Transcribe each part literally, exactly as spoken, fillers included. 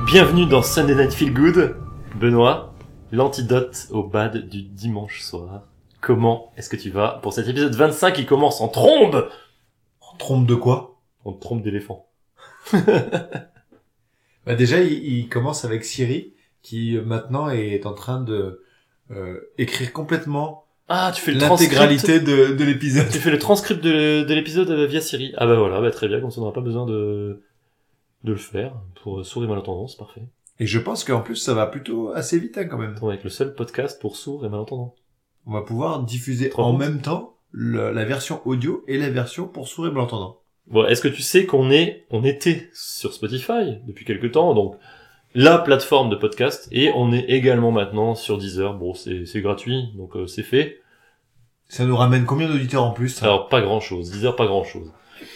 Bienvenue dans Sunday Night Feel Good. Benoît, l'antidote au bad du dimanche soir. Comment est-ce que tu vas pour cet épisode vingt-cinq qui commence en trombe? En trombe de quoi? En trombe d'éléphant. Bah déjà, il, il commence avec Siri, qui maintenant est en train de euh, écrire complètement Ah, tu fais le l'intégralité transcript de, de l'épisode. Tu fais le transcript de, de l'épisode via Siri. Ah bah voilà, bah très bien, comme ça on n'aura pas besoin de de le faire pour sourds et malentendants, c'est parfait. Et je pense qu'en plus, ça va plutôt assez vite hein, quand même. On va avec le seul podcast pour sourds et malentendants. On va pouvoir diffuser Trop en bon. même temps le, la version audio et la version pour sourds et malentendants. Bon, est-ce que tu sais qu'on est, on était sur Spotify depuis quelque temps, donc la plateforme de podcast, et on est également maintenant sur Deezer. Bon, c'est, c'est gratuit, donc euh, c'est fait. Ça nous ramène combien d'auditeurs en plus ça? Alors pas grand chose, Deezer pas grand chose.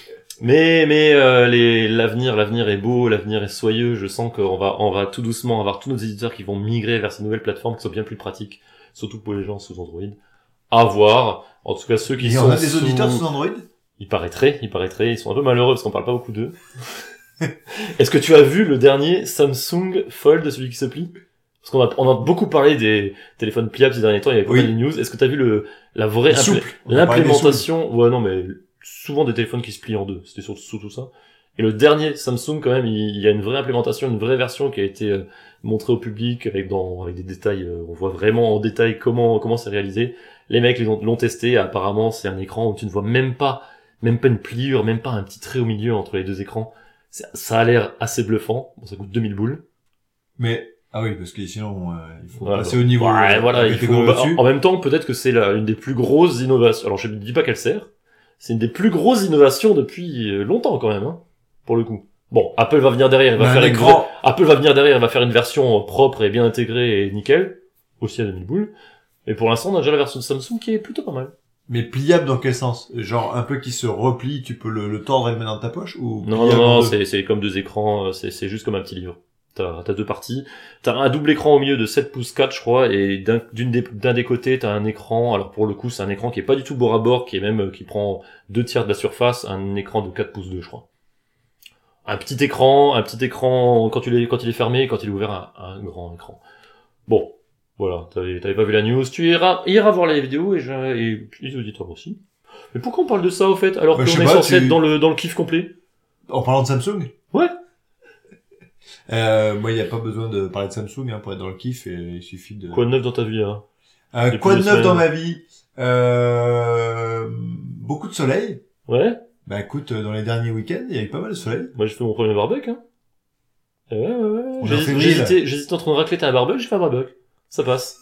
Mais mais euh, les l'avenir l'avenir est beau, l'avenir est soyeux. Je sens qu'on va on va tout doucement avoir tous nos éditeurs qui vont migrer vers ces nouvelles plateformes qui sont bien plus pratiques, surtout pour les gens sous Android. À voir. En tout cas ceux qui Il y sont en a des sous... auditeurs sous Android? Il paraîtrait, il paraîtrait, ils sont un peu malheureux parce qu'on parle pas beaucoup d'eux. Est-ce que tu as vu le dernier Samsung Fold, celui qui se plie? Parce qu'on a, on a beaucoup parlé des téléphones pliables ces derniers temps, il y avait pas Oui. mal de news. Est-ce que tu as vu le, la vraie, implé- Souple. On a parlé des l'implémentation, ouais, non, mais souvent des téléphones qui se plient en deux. C'était surtout, surtout ça. Et le dernier Samsung, quand même, il, il y a une vraie implémentation, une vraie version qui a été euh, montrée au public avec dans, avec des détails, euh, on voit vraiment en détail comment, comment c'est réalisé. Les mecs l'ont, l'ont testé, apparemment, c'est un écran où tu ne vois même pas, même pas une pliure, même pas un petit trait au milieu entre les deux écrans. C'est, ça a l'air assez bluffant. Bon, ça coûte deux mille boules. Mais, ah oui, parce que sinon, euh, il faut Ouais, passer bon. au niveau. Ouais, euh, voilà, il avec les faut, gros bah, dessus. en, en même temps, peut-être que c'est la, une des plus grosses innovations. Alors, je ne dis pas qu'elle sert. C'est une des plus grosses innovations depuis euh, longtemps, quand même, hein, pour le coup. Bon, Apple va venir derrière, il va Mais faire un une écran. vraie- Apple va venir derrière, il va faire une version euh, propre et bien intégrée et nickel. Aussi à deux mille boules. Mais pour l'instant, on a déjà la version de Samsung qui est plutôt pas mal. Mais pliable dans quel sens? Genre un peu qui se replie, tu peux le, le tordre et le mettre dans ta poche ou Non, non, pliable en non, deux? c'est, c'est comme deux écrans, euh, c'est, c'est juste comme un petit livre. T'as, t'as deux parties. T'as un double écran au milieu de sept pouces quatre, je crois, et d'un, d'une des, d'un des côtés, t'as un écran, alors pour le coup, c'est un écran qui est pas du tout bord à bord, qui est même, euh, qui prend deux tiers de la surface, un écran de quatre pouces deux, je crois. Un petit écran, un petit écran, quand tu l'es, quand il est fermé, quand il est ouvert, un, un grand écran. Bon. Voilà. T'avais, t'avais pas vu la news, tu iras, iras voir les vidéos et, je, et les auditeurs aussi. Mais pourquoi on parle de ça, au fait, alors Bah, qu'on je est sais pas, censé tu- être dans le, dans le kiff complet? En parlant de Samsung? Ouais. Euh, moi, il n'y a pas besoin de parler de Samsung hein, pour être dans le kiff. Et il suffit de. Quoi de neuf dans ta vie, hein? Euh, depuis quoi de deux neuf dans semaines. ma vie? Euh, beaucoup de soleil. Ouais? Bah écoute, dans les derniers week-ends, il y avait pas mal de soleil. Moi, j'ai fait mon premier barbecue, hein. Eh ouais, ouais, ouais. On est en J'hésitais, février, là. j'hésitais, j'hésitais entre une raclette et un barbecue, j'ai fait un barbecue. Ça passe.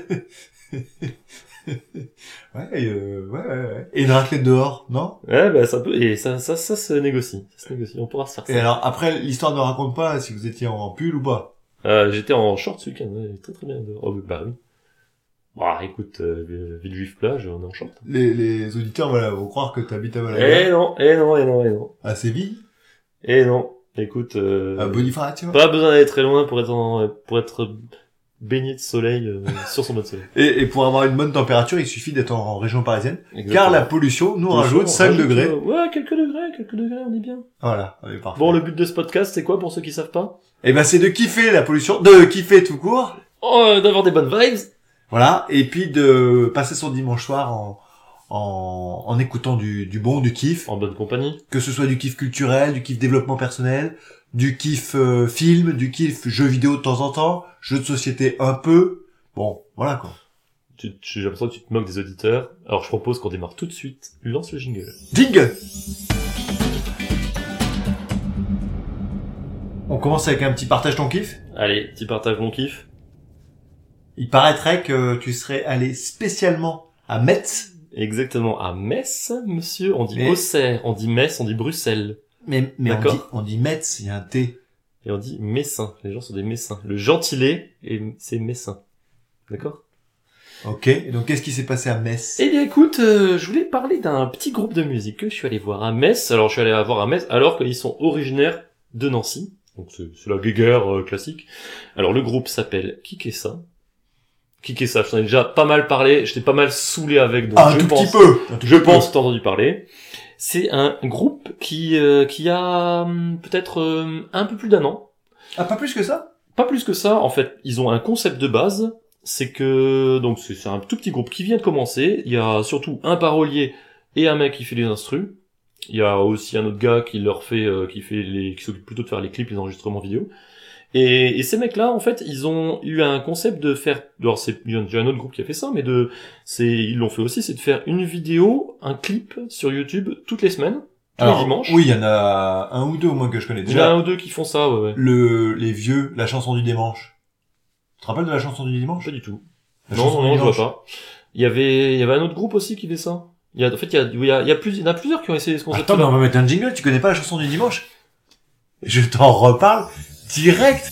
Ouais, et euh, ouais, ouais, ouais. Et une raclette dehors, non? Ouais, bah, ça peut, et ça, ça, ça se négocie. Ça se négocie. On pourra se faire Et ça. alors après, l'histoire ne raconte pas si vous étiez en pull ou pas. Euh, j'étais en short ce week-end, ouais, très très bien. Oh, bah oui. Bah, écoute, euh, Villejuif plage, on est en short. Les, les auditeurs voilà, vont croire que t'habites à Eh Malaga, non, eh non, eh non, eh non. à Séville, Eh non. Écoute, euh, à Bonifacio. pas besoin d'aller très loin pour être en, pour être baigné de soleil, euh, sur son bain de soleil. Et, et pour avoir une bonne température, il suffit d'être en, en région parisienne. Exactement. Car la pollution nous Toujours, rajoute cinq rajoute, degrés. euh, Ouais, quelques degrés, quelques degrés, on est bien. Voilà, on est parfait. Bon, le but de ce podcast, c'est quoi pour ceux qui savent pas? Et ben c'est de kiffer la pollution, de kiffer tout court. Oh, euh, d'avoir des bonnes vibes. Voilà, et puis de passer son dimanche soir en en, en écoutant du, du bon, du kiff, En bonne compagnie. que ce soit du kiff culturel, du kiff développement personnel, du kiff euh, film, du kiff jeux vidéo de temps en temps, jeux de société un peu. Bon, voilà quoi. Tu, tu- j'ai l'impression que tu te moques des auditeurs. Alors, je propose qu'on démarre tout de suite. Lance le jingle. Ding. On commence avec un petit partage ton kiff. Allez, petit partage mon kiff. Il paraîtrait que tu serais allé spécialement à Metz. Exactement. À Metz, monsieur. On dit Mais- Auxerre, on dit Metz, on dit Bruxelles. Mais, mais on D'accord. dit, on dit Metz, il y a un T. Et on dit Messin. Les gens sont des Messins. Le gentilé, et c'est Messin. D'accord? Ok. Et donc, qu'est-ce qui s'est passé à Metz? Eh bien, écoute, euh, je voulais parler d'un petit groupe de musique que je suis allé voir à Metz. Alors, je suis allé voir à Metz alors qu'ils sont originaires de Nancy. Donc, c'est, c'est la guéguerre euh, classique. Alors, le groupe s'appelle Kikessa. Kikessa, je t'en ai déjà pas mal parlé. Je t'ai pas mal saoulé avec. Donc Ah, un je tout pense, petit peu. Un tout Je petit peu. pense t'as entendu parler. C'est un groupe qui euh, qui a hum, peut-être euh, un peu plus d'un an, Ah, pas plus que ça? Pas plus que ça, en fait, ils ont un concept de base, c'est que, donc c'est c'est un tout petit groupe qui vient de commencer, il y a surtout un parolier et un mec qui fait les instrus, il y a aussi un autre gars qui leur fait, euh, qui fait les, qui s'occupe plutôt de faire les clips, les enregistrements vidéo. Et, et ces mecs-là, en fait, ils ont eu un concept de faire, alors c'est, il y a déjà un autre groupe qui a fait ça, mais de, c'est, ils l'ont fait aussi, c'est de faire une vidéo, un clip sur YouTube toutes les semaines, tous Alors, les dimanches. oui, il y en a un ou deux au moins que je connais. Il y en a Déjà, un ou deux qui font ça, ouais, ouais. le, les vieux, la chanson du dimanche. Tu te rappelles de la chanson du dimanche? Pas du tout. La Non, chanson non, du non, je vois dimanche. pas. Il y avait, il y avait un autre groupe aussi qui fait ça. Il y a, en fait, il y a, il y a, il y a plus, il y en a plusieurs qui ont essayé ce concept. Attends, mais on va mettre un jingle, tu connais pas la chanson du dimanche? Je t'en reparle direct.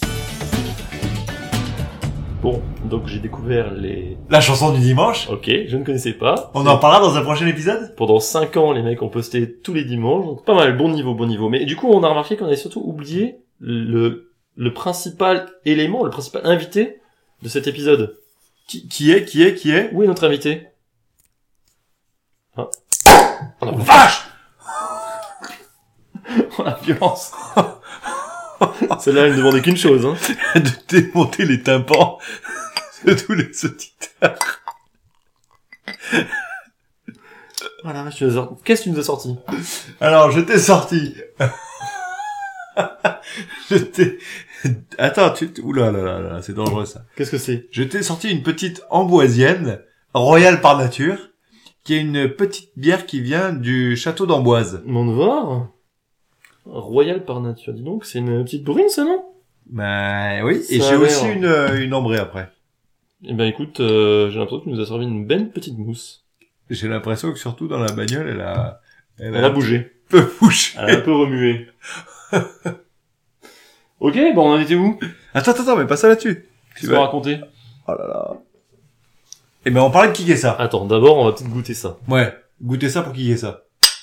Bon, donc j'ai découvert les... La chanson du dimanche. Ok, je ne connaissais pas. On en parlera dans un prochain épisode? Pendant cinq ans, les mecs ont posté tous les dimanches, donc pas mal, bon niveau, bon niveau. Mais du coup, on a remarqué qu'on avait surtout oublié le, le principal élément, le principal invité de cet épisode. Qui, qui est, qui est, qui est? Où est notre invité? Hein? Oh, la Vache! Oh, la violence. Celle-là, elle ne demandait qu'une chose, hein. De démonter les tympans de tous les auditeurs. Voilà, tu nous as... Qu'est-ce que tu nous as sorti? Alors, je t'ai sorti. je t'ai... Attends, tu... Oula là là là, c'est dangereux ça. Qu'est-ce que c'est? Je t'ai sorti une petite amboisienne, royale par nature, qui est une petite bière qui vient du château d'Amboise. Mon devoir? Royal par nature, dis donc, c'est une petite bourrine, ça, non? Bah oui, et Ça j'ai a aussi l'air. une, euh, une ambrée après. Eh ben, écoute, euh, j'ai l'impression que tu nous as servi une belle petite mousse. J'ai l'impression que surtout dans la bagnole, elle a... Elle a bougé. un peu bougé. Elle a un peu remué. Ok, bon, on en était où? Attends, attends, attends, mais pas ça là-dessus. Qu'est-ce qu'on va raconter? Oh là là. Eh ben, on parlait de kicker ça. Attends, d'abord, on va peut-être goûter ça. Ouais, goûtez ça pour kicker ça.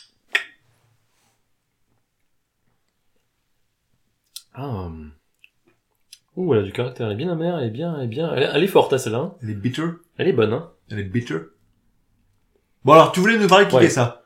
Ah. Ouh, elle a du caractère, elle est bien amère, elle est bien, elle est bien, elle est, elle est forte, hein, celle-là. Hein. Elle est bitter. Elle est bonne, hein. Elle est bitter. Bon alors, tu voulais nous parler de kicker Ouais. ça.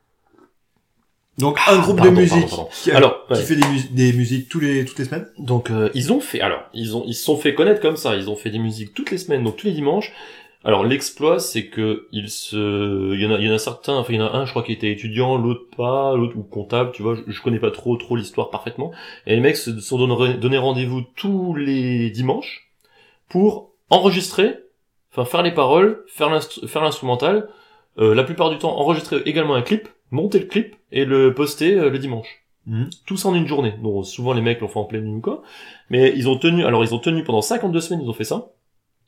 Donc, un groupe pardon, de musique pardon, pardon. qui, a- Alors, qui ouais. fait des, mus- des musiques tous les, toutes les semaines. Donc, euh, ils ont fait, alors, ils ont, ils se sont fait connaître comme ça, ils ont fait des musiques toutes les semaines, donc tous les dimanches. Alors, l'exploit, c'est que ils se, il y en a, il y en a certains, enfin, il y en a un, je crois, qui était étudiant, l'autre pas, l'autre ou comptable, tu vois, je, je connais pas trop, trop l'histoire parfaitement. Et les mecs se sont donné, donné rendez-vous tous les dimanches pour enregistrer, enfin, faire les paroles, faire l'instru- faire l'instrumental, euh, la plupart du temps, enregistrer également un clip, monter le clip et le poster euh, le dimanche. Mhm. Tout ça en une journée. Donc, souvent, les mecs l'ont fait en pleine nuit ou quoi. Mais ils ont tenu, alors, ils ont tenu pendant cinquante-deux semaines, ils ont fait ça.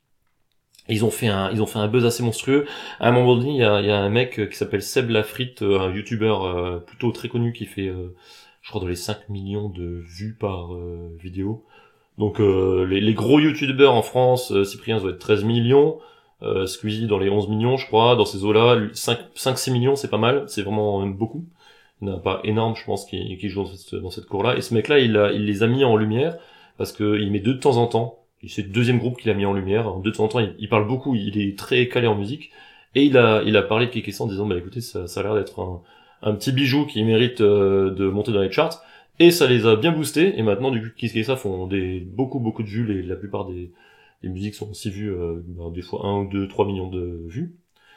Et ils ont fait un, ils ont fait un buzz assez monstrueux. À un moment donné, il y a, il y a un mec qui s'appelle Seb Lafrite, euh, un youtubeur euh, plutôt très connu qui fait, euh, je crois, dans les cinq millions de vues par euh, vidéo. Donc, euh, les, les gros youtubeurs en France, euh, Cyprien doit être treize millions, euh, Squeezie dans les onze millions, je crois, dans ces eaux-là, cinq six millions, c'est pas mal, c'est vraiment euh, beaucoup. Il n'y en a pas énorme, je pense, qui, qui joue dans cette, dans cette cour-là. Et ce mec-là, il, a, il les a mis en lumière parce que il met de temps en temps. C'est le deuxième groupe qu'il a mis en lumière. De temps en temps, il, il parle beaucoup, il est très calé en musique. Et il a, il a parlé de Kekessa en disant, bah écoutez, ça, ça a l'air d'être un, un petit bijou qui mérite euh, de monter dans les charts. Et ça les a bien boostés. Et maintenant, du coup, Kekessa font des, beaucoup, beaucoup de vues. Les, la plupart des, des musiques sont aussi vues, euh, bah, des fois un ou deux, trois millions de vues.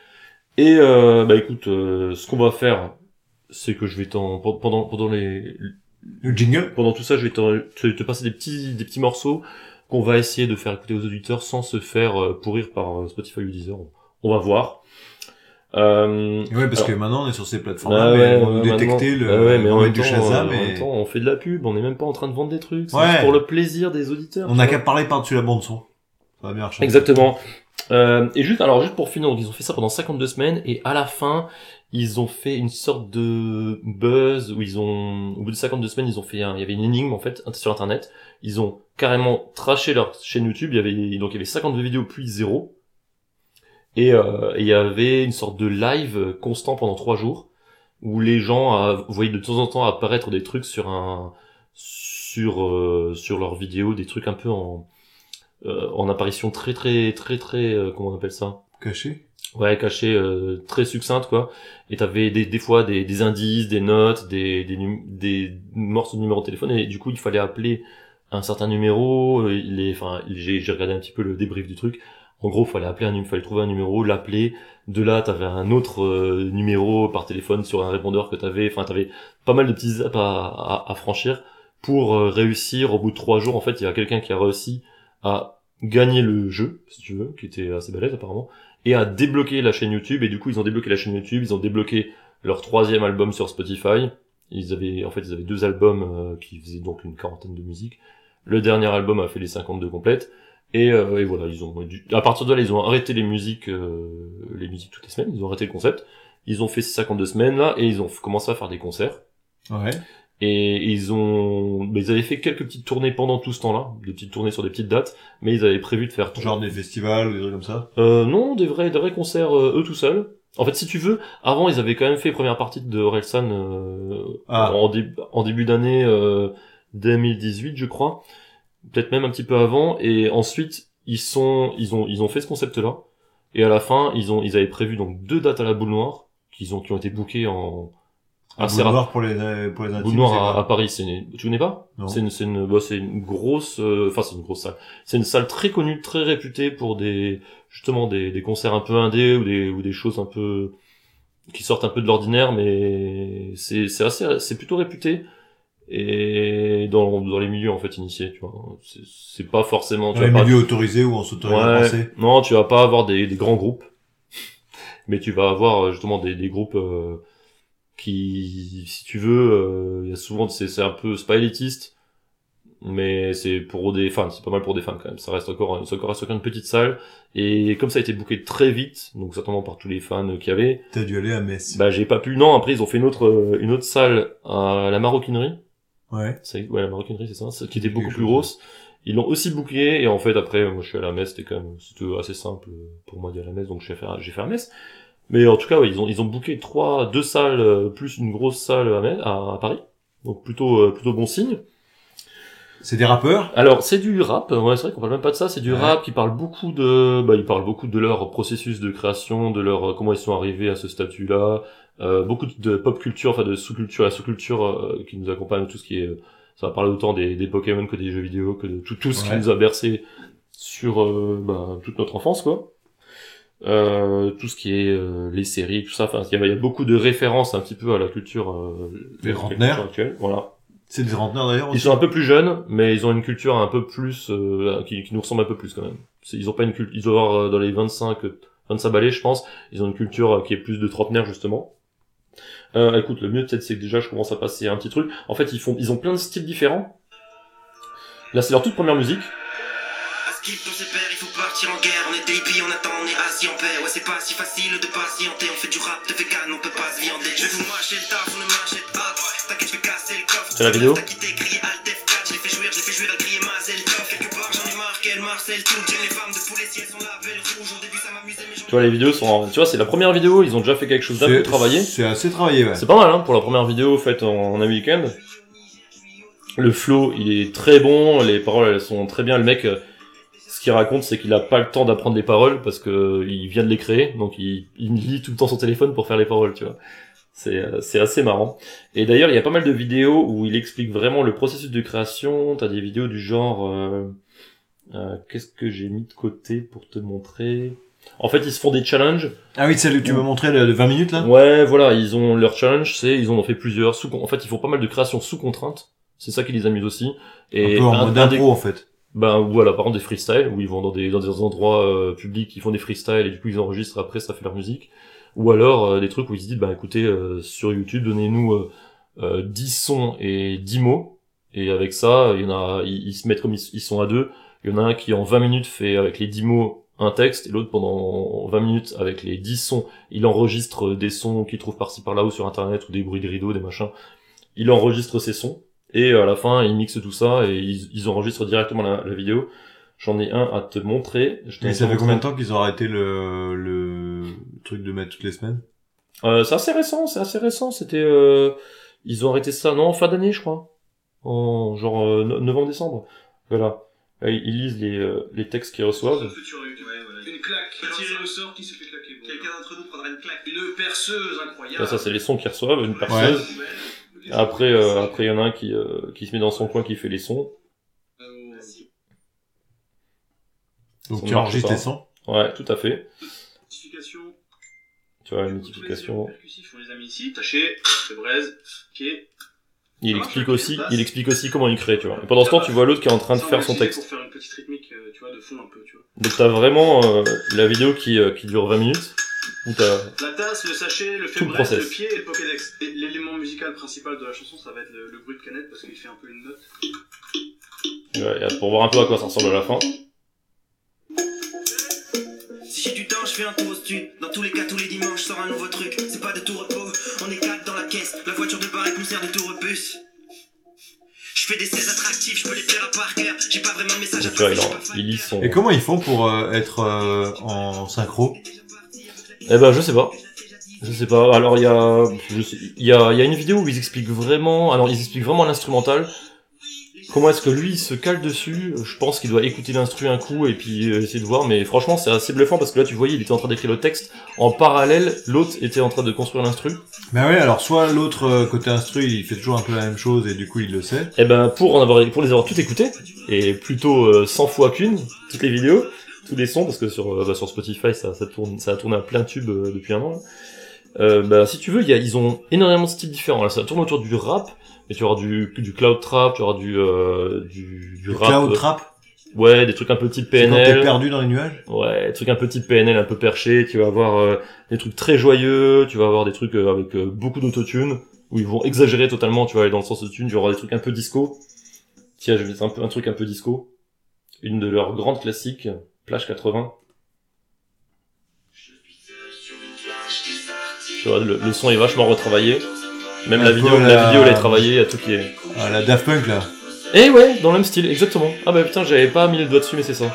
Et euh, bah écoute, euh, ce qu'on va faire, c'est que je vais t'en, pendant, pendant les, Le jingle. pendant tout ça, je vais t'en- te, te passer des petits, des petits morceaux qu'on va essayer de faire écouter aux auditeurs sans se faire euh, pourrir par euh, Spotify ou Deezer. On va voir. Euh, Ouais, parce alors- que maintenant on est sur ces plateformes, Ah mais ouais, elles vont nous ouais, détecter maintenant- le, ah ouais, mais on en va même mettre du temps, Shazam euh, en et même temps, on fait de la pub, on n'est même pas en train de vendre des trucs, c'est Ouais. juste pour le plaisir des auditeurs. on tu n'a vois. qu'à parler par-dessus la bande son. Ça va bien marcher. Exactement. Euh, et juste, alors juste pour finir, donc ils ont fait ça pendant cinquante-deux semaines, et à la fin, ils ont fait une sorte de buzz où ils ont, au bout de cinquante-deux semaines, ils ont fait un, il y avait une énigme en fait sur internet. Ils ont carrément traché leur chaîne YouTube. Il y avait donc il y avait cinquante-deux vidéos puis zéro. Et euh, et il y avait une sorte de live constant pendant trois jours où les gens euh, voyaient de temps en temps apparaître des trucs sur un sur euh, sur leurs vidéos, des trucs un peu en euh, en apparition très très très très euh, comment on appelle ça? Caché. Ouais, cachée, euh, très succincte, quoi. Et t'avais des, des fois des, des indices, des notes, des, des, num- des morceaux de numéros de téléphone, et du coup, il fallait appeler un certain numéro, euh, il est, enfin, j'ai, j'ai regardé un petit peu le débrief du truc. En gros, fallait appeler un, fallait trouver un numéro, l'appeler. De là, t'avais un autre euh, numéro par téléphone sur un répondeur que t'avais. Enfin, t'avais pas mal de petits étapes à, à, à franchir pour euh, réussir. Au bout de trois jours, en fait, il y a quelqu'un qui a réussi à gagner le jeu, si tu veux, qui était assez balèze apparemment, et à débloquer la chaîne YouTube. Et du coup, ils ont débloqué la chaîne YouTube, ils ont débloqué leur troisième album sur Spotify. Ils avaient, en fait, ils avaient deux albums euh, qui faisaient donc une quarantaine de musiques. Le dernier album a fait les cinquante-deux complètes. Et, euh, et voilà, ils ont à partir de là, ils ont arrêté les musiques, euh, les musiques toutes les semaines. Ils ont arrêté le concept. Ils ont fait ces cinquante-deux semaines là, et ils ont commencé à faire des concerts. Ouais. Et ils ont, bah, ils avaient fait quelques petites tournées pendant tout ce temps-là, des petites tournées sur des petites dates, mais ils avaient prévu de faire genre des festivals, des trucs comme ça. Euh, non, des vrais, des vrais concerts euh, eux tout seuls. En fait, si tu veux, avant ils avaient quand même fait première partie de Orelsan euh, ah. en, dé- en début d'année euh, deux mille dix-huit, je crois. Peut-être même un petit peu avant, et ensuite ils sont ils ont ils ont fait ce concept là, et à la fin ils ont ils avaient prévu donc deux dates à la Boule Noire qui ont qui ont été bookées en la Boule Noire pour les pour les intimes. Boule Noire à, à Paris, c'est une... tu connais pas? Non. C'est une c'est une bah, c'est une grosse enfin euh, c'est une grosse salle. C'est une salle très connue, très réputée pour des justement des des concerts un peu indés ou des ou des choses un peu qui sortent un peu de l'ordinaire, mais c'est c'est assez c'est plutôt réputé. Et dans dans les milieux en fait initiés, tu vois, c'est c'est pas forcément dans les milieux pas... autorisés où on s'autorise ouais, à penser. Non, tu vas pas avoir des des grands groupes, mais tu vas avoir justement des des groupes euh, qui, si tu veux, il euh, y a souvent c'est c'est un peu c'est pas élitiste, mais c'est pour des fans, c'est pas mal pour des fans quand même. Ça reste encore ça reste encore une petite salle, et comme ça a été booké très vite, donc certainement par tous les fans qu'il y avait. T'as dû aller à Metz. Bah j'ai pas pu. Non, après ils ont fait une autre une autre salle à la Maroquinerie. Ouais. C'est, ouais, la Maroquinerie, c'est ça, qui était beaucoup plus grosse. Ils l'ont aussi bouclé, et en fait, après, moi, je suis allé à Metz, c'était quand même, c'était assez simple pour moi d'y aller à Metz, donc j'ai fait, j'ai fait à Metz. Mais en tout cas, ouais, ils ont, ils ont booké trois, deux salles, plus une grosse salle à Metz, à, à Paris. Donc plutôt, plutôt bon signe. C'est des rappeurs? Alors, c'est du rap, ouais, c'est vrai qu'on parle même pas de ça, c'est du ouais. rap qui parle beaucoup de, bah, ils parlent beaucoup de leur processus de création, de leur, comment ils sont arrivés à ce statut-là, euh, beaucoup de pop culture, enfin de sous-culture, la sous-culture euh, qui nous accompagne, tout ce qui est, ça va parler autant des, des Pokémon que des jeux vidéo, que de tout, tout ce ouais. qui nous a bercé sur, euh, bah, toute notre enfance, quoi. Euh, tout ce qui est euh, les séries, tout ça, enfin, il y, y a beaucoup de références un petit peu à la culture, euh, les trentenaires actuelle, voilà. C'est des trentenaires d'ailleurs aussi. Ils sont un peu plus jeunes, mais ils ont une culture un peu plus, euh, qui, qui nous ressemble un peu plus quand même. C'est, ils ont pas une culture, ils doivent avoir dans les vingt-cinq, vingt-cinq balais, je pense, ils ont une culture qui est plus de trentenaire justement. Euh, écoute, le mieux peut-être c'est que déjà je commence à passer un petit truc. En fait, ils font, ils ont plein de styles différents. Là, c'est leur toute première musique. Il faut partir en guerre, on est des hippies, on attend, on est assis en paix. Ouais, c'est pas si facile de patienter, on fait du rap de vegan, on peut pas se viander. Je vais vous mâcher le taf, on ne m'achète pas. T'inquiète, je vais casser le coffre. C'est la vidéo. T'as quitté, crié Altef quatre, je l'ai fait jouer, je l'ai fait jouer la grille Mazel Tov. Quelque part, j'en ai marre qu'elle Marcel tout. J'aime les femmes de poulet si elles sont la belle rouge. Au début, ça m'amusait, mais tu vois, les vidéos sont, tu vois, c'est la première vidéo, ils ont déjà fait quelque chose d'un peu travaillé. C'est assez travaillé, ouais. C'est pas mal, hein, pour la première vidéo faite en, en un week-end. Le flow, il est très bon, les paroles, elles sont très bien, le mec, ce qu'il raconte, c'est qu'il a pas le temps d'apprendre les paroles parce que il vient de les créer, donc il, il lit tout le temps son téléphone pour faire les paroles, tu vois. C'est, c'est assez marrant. Et d'ailleurs, il y a pas mal de vidéos où il explique vraiment le processus de création. T'as des vidéos du genre, euh, euh, qu'est-ce que j'ai mis de côté pour te montrer? En fait, ils se font des challenges. Ah oui, celle que tu m'as montré de vingt minutes là? Ouais, voilà, ils ont leur challenge, c'est ils en ont fait plusieurs. Sous, en fait, ils font pas mal de créations sous contrainte. C'est ça qui les amuse aussi. Et un peu en mode impro en fait. Ben voilà, par exemple des freestyles où ils vont dans des dans des endroits euh, publics, ils font des freestyles et du coup ils enregistrent après, ça fait leur musique. Ou alors euh, des trucs où ils se disent bah écoutez euh, sur YouTube donnez-nous euh, euh, dix sons et dix mots, et avec ça il y en a ils, ils se mettent comme ils, ils sont à deux, il y en a un qui en vingt minutes fait avec les dix mots un texte et l'autre pendant vingt minutes avec les dix sons, il enregistre des sons qu'il trouve par-ci par-là ou sur internet ou des bruits de rideaux, des machins. Il enregistre ces sons. Et à la fin, ils mixent tout ça et ils, ils enregistrent directement la, la vidéo. J'en ai un à te montrer. Je et ça fait combien de temps qu'ils ont arrêté le, le truc de mettre toutes les semaines? euh, C'est assez récent, c'est assez récent. C'était, euh, ils ont arrêté ça, non, fin d'année, je crois. En genre euh, novembre-décembre. Voilà. Ils lisent les, euh, les textes qu'ils reçoivent. Une claque. Tiré au sort, qui se fait claquer. Bon, quelqu'un d'entre nous prendra une claque. Une perceuse incroyable. Là, ça, c'est les sons qu'ils reçoivent, une perceuse. Ouais. Après, euh, après, il y en a un qui, euh, qui se met dans son coin, qui fait les sons. Euh, Donc Ça tu marche enregistres pas. les sons. Ouais, tout à fait. Notification. Tu vois, la Tous les multiplication. éléments percussifs, on les a mis ici. Taché, c'est braise, ok. Il Ça explique marche, aussi, ok, il explique aussi comment il crée, tu vois. Et pendant ce temps, tu vois l'autre qui est en train de Ça, on faire l'a son utilisé texte. pour faire une petite rythmique, euh, tu vois, de fond un peu, tu vois. Donc t'as vraiment euh, la vidéo qui, euh, qui dure vingt minutes, où t'as... La tasse, le sachet, le Tout le fébreze, process. le pied et le Pokédex. Et l'élément musical principal de la chanson, ça va être le, le bruit de canette parce qu'il fait un peu une note. Ouais, pour voir un peu à quoi ça ressemble à la fin. Si j'ai du temps, je fais un tour au stud. Dans tous les cas, tous les dimanches, sort un nouveau truc. C'est pas de tout repos, on est quatre dans la caisse. La voiture de barrette nous sert de tout repus. Je fais des seize attractifs, je peux les faire à par cœur. J'ai pas vraiment de message à Donc, tu vois, passer. il, en- il lit son... Et comment ils font pour euh, être euh, en synchro? Eh ben, je sais pas. Je sais pas. Alors, il y a, je sais- il y a, il y a une vidéo où ils expliquent vraiment, alors ils expliquent vraiment l'instrumental. Comment est-ce que lui il se cale dessus? Je pense qu'il doit écouter l'instru un coup et puis euh, essayer de voir, mais franchement c'est assez bluffant parce que là tu voyais il était en train d'écrire le texte, en parallèle l'autre était en train de construire l'instru. Ben oui, alors soit l'autre euh, côté instru, il fait toujours un peu la même chose et du coup il le sait. Et ben pour en avoir, pour les avoir toutes écoutées, et plutôt euh, cent fois qu'une, toutes les vidéos, tous les sons, parce que sur, euh, bah, sur Spotify ça, ça tourne, ça a tourné à plein tube euh, depuis un an. Là. Euh, bah si tu veux, il y a, ils ont énormément de styles différents. Là, ça tourne autour du rap. Et tu auras du, du cloud trap, tu auras du, euh, du, du Le rap. cloud trap, Ouais, des trucs un peu type c'est quand t'es P N L. perdu dans les nuages. Ouais, des trucs un peu type P N L, un peu perché. Tu vas avoir euh, des trucs très joyeux, tu vas avoir des trucs euh, avec euh, beaucoup d'autotune, où ils vont exagérer totalement, tu vas aller dans le sens de tune. Tu vas avoir des trucs un peu disco. Tiens, je vais mettre un, peu, un truc un peu disco. Une de leurs grandes classiques, Plage quatre-vingts. Tu vois, le, le son est vachement retravaillé. Même Un la peu vidéo, la- la vidéo, elle est travaillée, il y a tout qui est... Ah, la Daft Punk là. Eh ouais, dans le même style, exactement. Ah bah putain, j'avais pas mis le doigt dessus, mais c'est ça.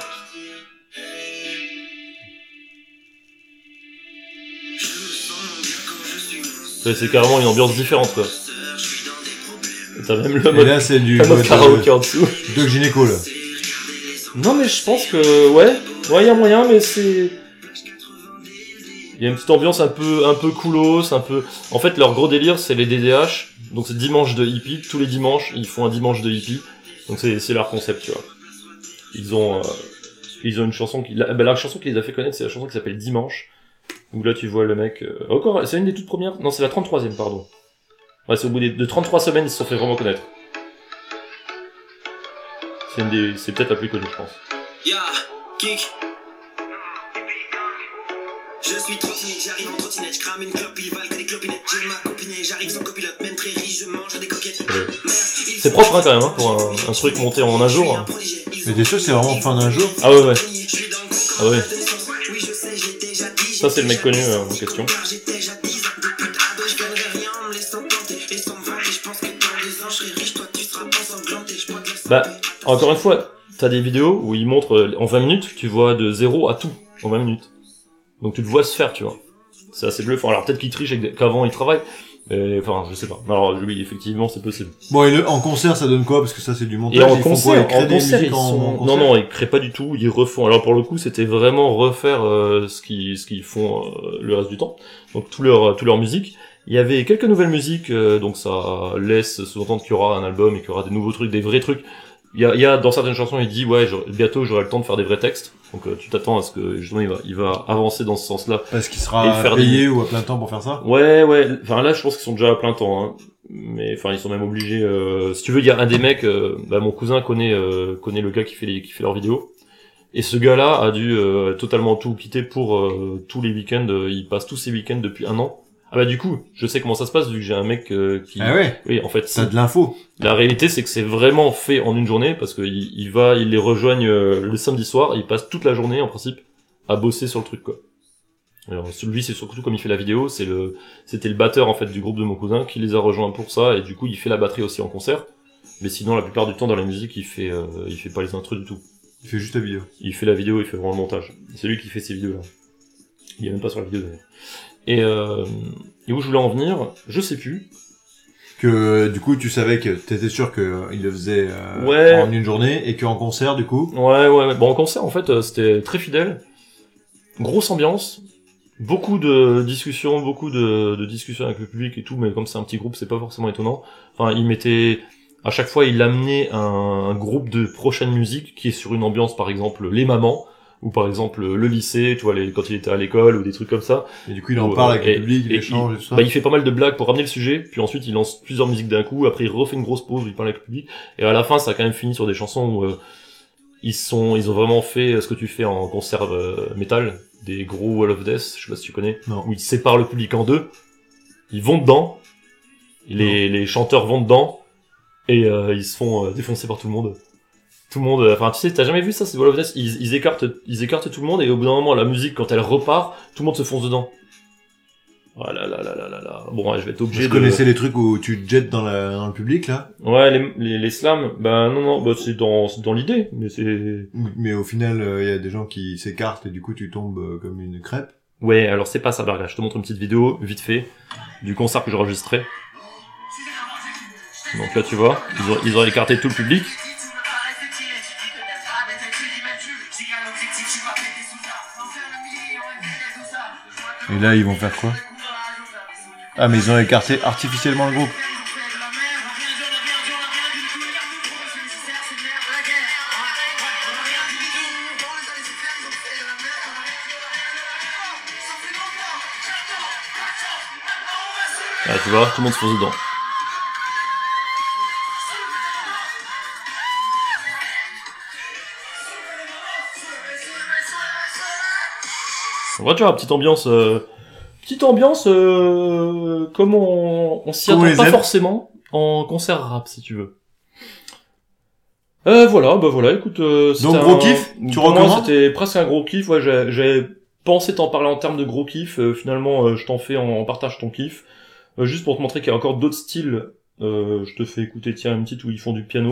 C'est c'est carrément une ambiance différente, quoi. Et t'as même le Et mode, là c'est du t'as le mode mode, karaoké euh, en dessous. Doc Gynéco là. Non mais je pense que, ouais, ouais, y a moyen, mais c'est... Il y a une petite ambiance un peu, un peu coolos, un peu... En fait, leur gros délire, c'est les D D H. Donc c'est dimanche de hippie. Tous les dimanches, ils font un dimanche de hippie. Donc c'est, c'est leur concept, tu vois. Ils ont, euh, ils ont une chanson qui, la, bah, la chanson qui les a fait connaître, c'est la chanson qui s'appelle Dimanche. Où là, tu vois le mec, euh, encore, c'est une des toutes premières. Non, c'est la trente-troisième, pardon. Ouais, c'est au bout des, de trente-trois semaines, ils se sont fait vraiment connaître. C'est une des, c'est peut-être la plus connue, je pense. Ya, kick. Je suis trottinette, j'arrive en trottinette, je crame une clope, il valent que des clopinettes. J'ai ma copinette, j'arrive sans copilote, même très riche, je mange des coquettes. Ouais. C'est propre, hein, quand même, hein, pour un, un truc monté en un jour. Hein. Mais des choses c'est vraiment fin d'un jour. Ah ouais, ouais. Ah ouais. Ça, c'est le mec connu euh, en question. Bah, encore une fois, t'as des vidéos où ils montrent, euh, en vingt minutes, tu vois de zéro à tout, en vingt minutes. Donc tu le vois se faire, tu vois. C'est assez bluffant. Alors peut-être qu'il triche et qu'avant il travaille, mais enfin, je sais pas. Alors oui, effectivement, c'est possible. Bon et le, en concert ça donne quoi? Parce que ça c'est du montage. Et en Ils font concert, quoi? Ils créent en des concert, musiques ils en- sont... en Non, concert non, ils créent pas du tout, ils refont. Alors pour le coup, c'était vraiment refaire euh, ce qu'ils ce qu'ils font euh, le reste du temps. Donc tout leur, tout leur musique. Il y avait quelques nouvelles musiques, euh, donc ça laisse sous-entendre qu'il y aura un album et qu'il y aura des nouveaux trucs, des vrais trucs. Il y a, il y a dans certaines chansons, il dit ouais, j'aurai- bientôt j'aurai le temps de faire des vrais textes. Donc euh, tu t'attends à ce que justement il va, il va avancer dans ce sens-là. Parce qu'il Et sera faire payé des- ou à plein temps pour faire ça. Ouais, ouais. Enfin là, je pense qu'ils sont déjà à plein temps. Hein. Mais enfin, ils sont même obligés. Euh... Si tu veux, il y a un des mecs. Euh... Bah, mon cousin connaît euh, connaît le gars qui fait les qui fait leurs vidéos. Et ce gars-là a dû euh, totalement tout quitter pour euh, tous les week-ends. Euh, il passe tous ses week-ends depuis un an. Ah bah du coup, je sais comment ça se passe vu que j'ai un mec euh, qui. Ah ouais. Oui, en fait. si. T'as de l'info. La réalité, c'est que c'est vraiment fait en une journée parce qu'il il va, il les rejoigne euh, le samedi soir. Et il passe toute la journée en principe à bosser sur le truc, quoi. Alors celui, c'est surtout comme il fait la vidéo, c'est le, c'était le batteur en fait du groupe de mon cousin qui les a rejoints pour ça et du coup il fait la batterie aussi en concert. Mais sinon la plupart du temps dans la musique il fait, euh, il fait pas les intrus du tout. Il fait juste la vidéo. Il fait la vidéo, il fait vraiment le montage. C'est lui qui fait ces vidéos là. Il est même pas sur la vidéo d'ailleurs. Et, euh, et où je voulais en venir, je sais plus. Que du coup tu savais que t'étais sûr que euh, il le faisait euh, Ouais. en une journée et qu'en concert du coup. Ouais, ouais, ouais. Bon, en concert, en fait, euh, c'était très fidèle. Grosse ambiance. Beaucoup de discussions, beaucoup de, de discussions avec le public et tout, mais comme c'est un petit groupe, c'est pas forcément étonnant. Enfin, il mettait, à chaque fois, il amenait un, un groupe de prochaine musique qui est sur une ambiance, par exemple, Les Mamans. ou par exemple le lycée, tu vois, les, quand il était à l'école ou des trucs comme ça. Et du coup, il en Ou, parle euh, avec et- le public, il et échange et tout ça. Bah, il fait pas mal de blagues pour ramener le sujet, puis ensuite il lance plusieurs musiques d'un coup, après il refait une grosse pause où il parle avec le public, et à la fin ça a quand même fini sur des chansons où euh, ils sont, ils ont vraiment fait ce que tu fais en concert euh, métal, des gros Wall of Death, je sais pas si tu connais, Non. où ils séparent le public en deux, ils vont dedans, les, les chanteurs vont dedans, et euh, ils se font euh, défoncer par tout le monde. Tout le monde, euh, enfin tu sais, t'as jamais vu ça, c'est Wall of Death, ils, ils écartent, ils écartent tout le monde, et au bout d'un moment, la musique, quand elle repart, tout le monde se fonce dedans. Oh là là là là là là. Bon, ouais, je vais être obligé Je de... connaissais les trucs où tu te jettes dans, la, dans le public, là. Ouais, les, les, les slams, bah non, non, bah c'est dans, c'est dans l'idée, mais c'est... Mais au final, il euh, y a des gens qui s'écartent et du coup, tu tombes euh, comme une crêpe. Ouais, alors c'est pas ça, Berga. Je te montre une petite vidéo, vite fait, du concert que j'ai enregistré. Donc là, tu vois, ils ont, ils ont écarté tout le public. Et là, ils vont faire quoi? Ah, mais ils ont écarté artificiellement le groupe. Ah, tu vois, tout le monde se fonce dedans. Ouais, tu vois, petite ambiance, euh, petite ambiance, euh, comme on, on s'y Comme on attend les pas aime. forcément en concert rap, si tu veux. Euh, voilà, bah voilà, écoute, euh, c'était Donc, gros un- kiff, tu pour moi, recommandes c'était presque un gros kiff, ouais, j'ai, j'ai pensé t'en parler en termes de gros kiff, euh, finalement, euh, je t'en fais en, en partage ton kiff, euh, juste pour te montrer qu'il y a encore d'autres styles, euh, je te fais écouter, tiens, une petite où ils font du piano.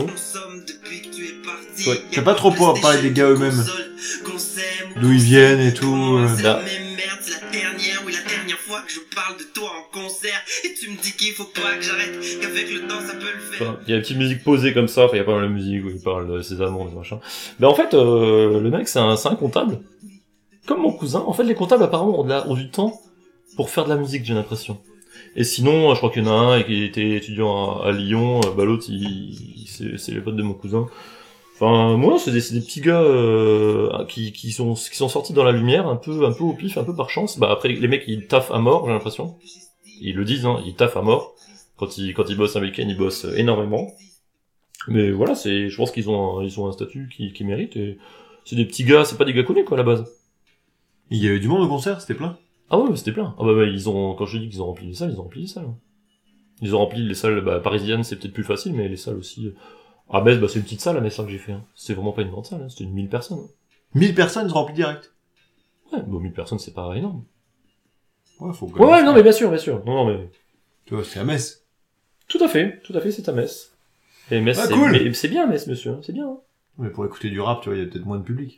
Ouais, t'as pas trop pour parler des gars eux-mêmes. D'où ils viennent et tout, euh. C'est Bah. la même merde, c'est la dernière, oui la dernière fois que je parle de toi en concert. Et tu me dis qu'il faut pas que j'arrête, qu'avec le temps ça peut le faire. Enfin, il y a une petite musique posée comme ça, enfin, il y a pas mal de musique où il parle de ses amours, des machins. Mais en fait, euh, le mec, c'est un, c'est un comptable. Comme mon cousin. En fait, les comptables, apparemment, ont, de la- ont du temps pour faire de la musique, j'ai l'impression. Et sinon, je crois qu'il y en a un qui était étudiant à, à Lyon, euh, bah l'autre, il, il- c'est, c'est les potes de mon cousin. Enfin, moi, c'est des, c'est des petits gars euh, qui, qui sont qui sont sortis dans la lumière, un peu un peu au pif, un peu par chance. Bah après, les mecs, ils taffent à mort, j'ai l'impression. Ils le disent, hein, ils taffent à mort. Quand ils quand ils bossent un week-end, ils bossent énormément. Mais voilà, c'est, je pense qu'ils ont un, ils ont un statut qui, qui mérite. Et c'est des petits gars, c'est pas des gars connus quoi à la base. Il y avait du monde au concert, c'était plein. Ah ouais, c'était plein. Ah bah, bah ils ont, quand je dis qu'ils ont rempli les salles, ils ont rempli les salles. hein. Ils ont rempli les salles bah, parisiennes, c'est peut-être plus facile, mais les salles aussi. Ah Metz, bah c'est une petite salle à Metz là que j'ai fait. Hein. C'était vraiment pas une grande salle, hein. C'était une mille personnes. hein. mille personnes se remplissent direct. Ouais, bon mille personnes c'est pas énorme. Ouais, faut que... Ouais, ouais, non mais bien sûr, bien sûr. Non, non mais Tu vois, c'est à Metz. tout à fait, tout à fait, c'est à Metz. Et Metz, Ah, c'est, cool. mais c'est bien Metz, monsieur, hein, c'est bien. hein. Mais pour écouter du rap, tu vois, il y a peut-être moins de public.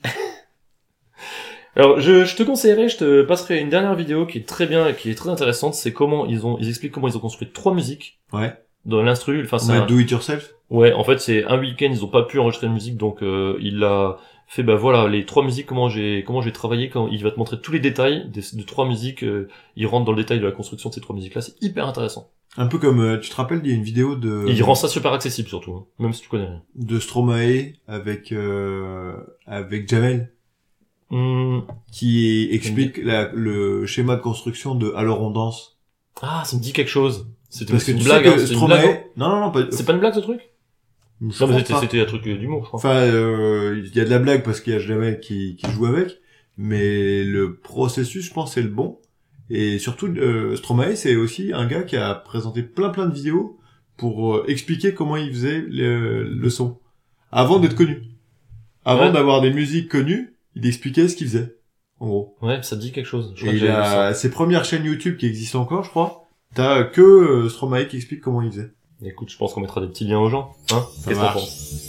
Alors, je, je te conseillerais, je te passerai une dernière vidéo qui est très bien, qui est très intéressante. C'est comment ils ont, ils expliquent comment ils ont construit trois musiques Ouais. dans l'instru. Enfin, c'est On un- a do it yourself. Ouais, en fait, c'est un week-end, ils ont pas pu enregistrer de musique, donc euh, il a fait, bah voilà, les trois musiques, comment j'ai comment j'ai travaillé, quand il va te montrer tous les détails des, de trois musiques, euh, il rentre dans le détail de la construction de ces trois musiques-là, c'est hyper intéressant. Un peu comme, euh, tu te rappelles, il y a une vidéo de... Et il rend ça super accessible surtout, hein, même si tu connais rien. de Stromae avec, euh, avec Jamel, Hum, qui explique la, le schéma de construction de Alors on danse. Ah, ça me dit quelque chose. C'était Parce que une tu blague, sais hein, que c'était une Stromae... blague, non, non, non, pas... non C'est pas une blague ce truc? je Non, crois mais c'était, pas. c'était un truc d'humour, je crois. Enfin, euh, il y a de la blague parce qu'il y a Jamel qui, qui joue avec, mais le processus, je pense, c'est le bon. Et surtout, euh, Stromae, c'est aussi un gars qui a présenté plein plein de vidéos pour euh, expliquer comment il faisait le, le son. Avant d'être connu. Avant Ouais. d'avoir des musiques connues, il expliquait ce qu'il faisait. En gros. Ouais, ça te dit quelque chose. Je Et crois que il j'avais vu ça. a ses premières chaînes YouTube qui existent encore, je crois. T'as que euh, Stromae qui explique comment il faisait. Écoute, je pense qu'on mettra des petits liens aux gens, hein. Ça Qu'est-ce que t'en marche. penses?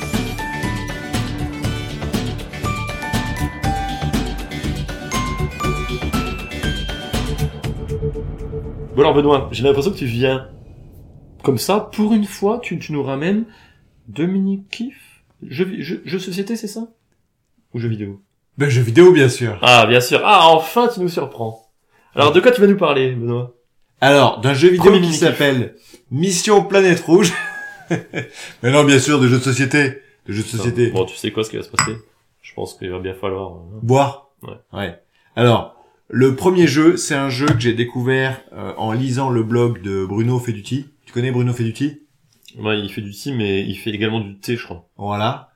Bon alors Benoît, j'ai l'impression que tu viens comme ça, pour une fois, tu, tu nous ramènes Dominique Kiff, jeu, jeu, jeu société, c'est ça? Ou jeu vidéo? Ben, jeux vidéo, bien sûr. Ah, bien sûr. Ah, enfin, tu nous surprends. Alors, de quoi tu vas nous parler, Benoît? Alors, d'un jeu vidéo Premier qui mini-kiff. s'appelle Mission Planète Rouge. Mais non, bien sûr, de jeux de société. De jeux de société. Bon, tu sais quoi, ce qui va se passer? Je pense qu'il va bien falloir... euh, Boire. Ouais. Ouais. Alors, le premier jeu, c'est un jeu que j'ai découvert euh, en lisant le blog de Bruno Feduti. Tu connais Bruno Feduti? Ouais, il fait du thé, mais il fait également du thé, je crois. Voilà.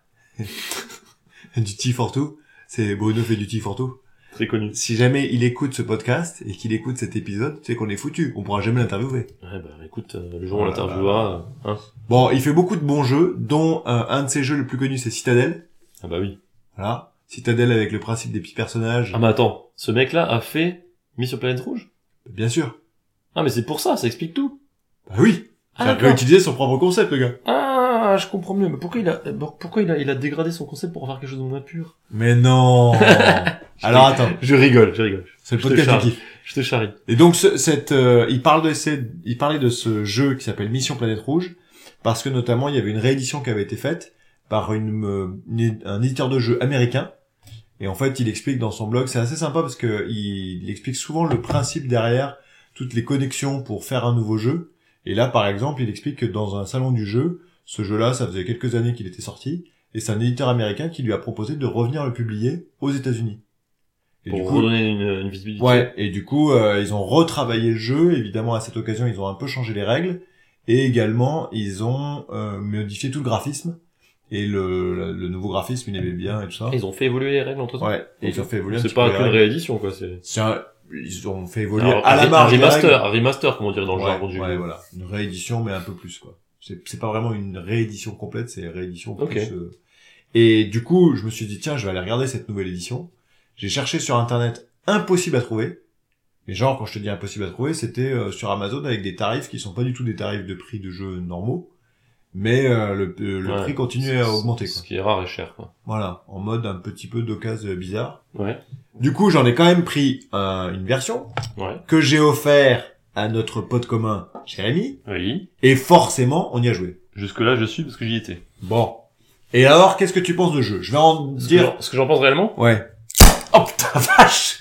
Du tea for tout. C'est Bruno fait du tea for tout. Très connu. Si jamais il écoute ce podcast et qu'il écoute cet épisode, tu sais qu'on est foutu. On pourra jamais l'interviewer. Ouais, bah écoute, euh, le jour où on Voilà. l'interviewera, euh, hein. Bon, il fait beaucoup de bons jeux, dont euh, un de ses jeux les plus connus, c'est Citadel. Ah bah oui. Voilà. Citadel avec le principe des petits personnages. Ah mais attends, ce mec-là a fait Mission Planète Rouge? Bien sûr. Ah mais c'est pour ça, ça explique tout. Bah oui. Ah, Il a d'accord. réutilisé son propre concept, le gars. Ah, je comprends mieux. Mais pourquoi il a, pourquoi il a, il a dégradé son concept pour en faire quelque chose de moins pur? Mais non. Alors attends. Je rigole, je rigole. C'est le Je te podcast charge. qui kiffe. Je te charrie. Et donc, ce, cette, euh, il parle de ces, il parlait de ce jeu qui s'appelle Mission Planète Rouge, parce que notamment, il y avait une réédition qui avait été faite par une, euh, une- un éditeur de jeux américain. Et en fait, il explique dans son blog, c'est assez sympa parce que il, il explique souvent le principe derrière toutes les connexions pour faire un nouveau jeu. Et là, par exemple, il explique que dans un salon du jeu, ce jeu-là, ça faisait quelques années qu'il était sorti, et c'est un éditeur américain qui lui a proposé de revenir le publier aux États-Unis. Et Pour du coup, redonner une, une visibilité. ouais, et du coup, euh, ils ont retravaillé le jeu. Évidemment, à cette occasion, ils ont un peu changé les règles. Et également, ils ont euh, modifié tout le graphisme. Et le, le, le nouveau graphisme, il aimait bien et tout ça. Ils ont fait évoluer les règles entre temps. Ouais, et ils ont fait évoluer un C'est petit pas peu les qu'une règles. réédition, quoi, c'est... C'est un- Ils ont fait évoluer Alors, à un la ré- marge un les remaster, règles. un remaster, comment dire, dans le Ouais, jargon du ouais, jeu. voilà. Une réédition, mais un peu plus, quoi. C'est, c'est pas vraiment une réédition complète, c'est réédition plus... Ok. euh, Et du coup, je me suis dit, tiens, je vais aller regarder cette nouvelle édition. J'ai cherché sur Internet, impossible à trouver. Mais genre, quand je te dis impossible à trouver, c'était euh, sur Amazon avec des tarifs qui sont pas du tout des tarifs de prix de jeux normaux. Mais euh, le, euh, le Ouais. prix continuait à augmenter, quoi. Ce qui est rare et cher, quoi. Voilà, en mode un petit peu d'occasion bizarre. Ouais. Du coup, j'en ai quand même pris euh, une version Ouais. que j'ai offert à notre pote commun, Jérémy. Oui. Et forcément, on y a joué. Jusque là, je suis parce que j'y étais. Bon. Et alors, qu'est-ce que tu penses de jeu? Je vais en Ce que dire... j'en- ce que j'en pense réellement? Ouais. Oh putain, vache.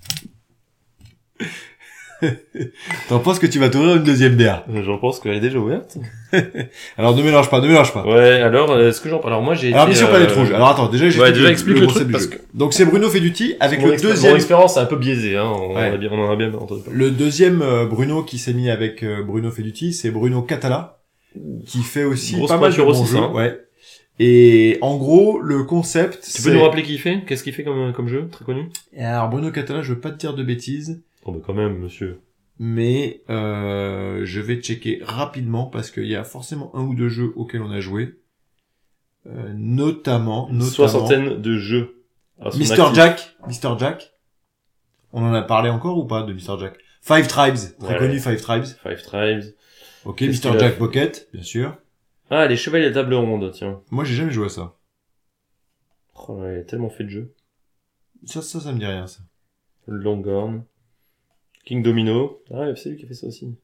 T'en penses que tu vas t'ouvrir une deuxième bière. Euh, J'en pense qu'elle est déjà ouverte. Alors ne mélange pas, ne mélange pas. Ouais, alors, euh, ce que j'en alors moi j'ai Alors été, Mission euh, Planète Rouge. Alors attends, déjà ouais, déjà explique le concept truc, du parce jeu. Donc c'est Bruno Feduti avec mon le expé- deuxième Mon expérience est un peu biaisée, hein. On, Ouais. en a bien, on en a bien entendu parler. le deuxième euh, Bruno qui s'est mis avec euh, Bruno Feduti, c'est Bruno Catala qui fait aussi Grosse pas mal de pointure bons aussi, jeux, ça, hein. ouais. Et en gros, le concept Tu c'est peux nous rappeler qui il fait? Qu'est-ce qu'il fait comme, comme jeu? Très connu? Alors Bruno Catala, je veux pas te dire de bêtises. Oh, bah, quand même, monsieur. Mais euh, je vais checker rapidement parce qu'il y a forcément un ou deux jeux auxquels on a joué, euh, notamment, Une notamment soixantaine de jeux. à son Mister actif. Jack, Mister Jack. On en a parlé encore ou pas de Mister Jack? Five Tribes, très Ouais. connu Five Tribes. Five Tribes. Ok, Qu'est-ce Mister qu'il a Jack fait Pocket, bien sûr. Ah, les chevaliers de table ronde, tiens. Moi j'ai jamais joué à ça. Oh, il a tellement fait de jeux. Ça, ça, ça me dit rien ça. Longhorn. King Domino. Ah, ouais, c'est lui qui a fait ça aussi.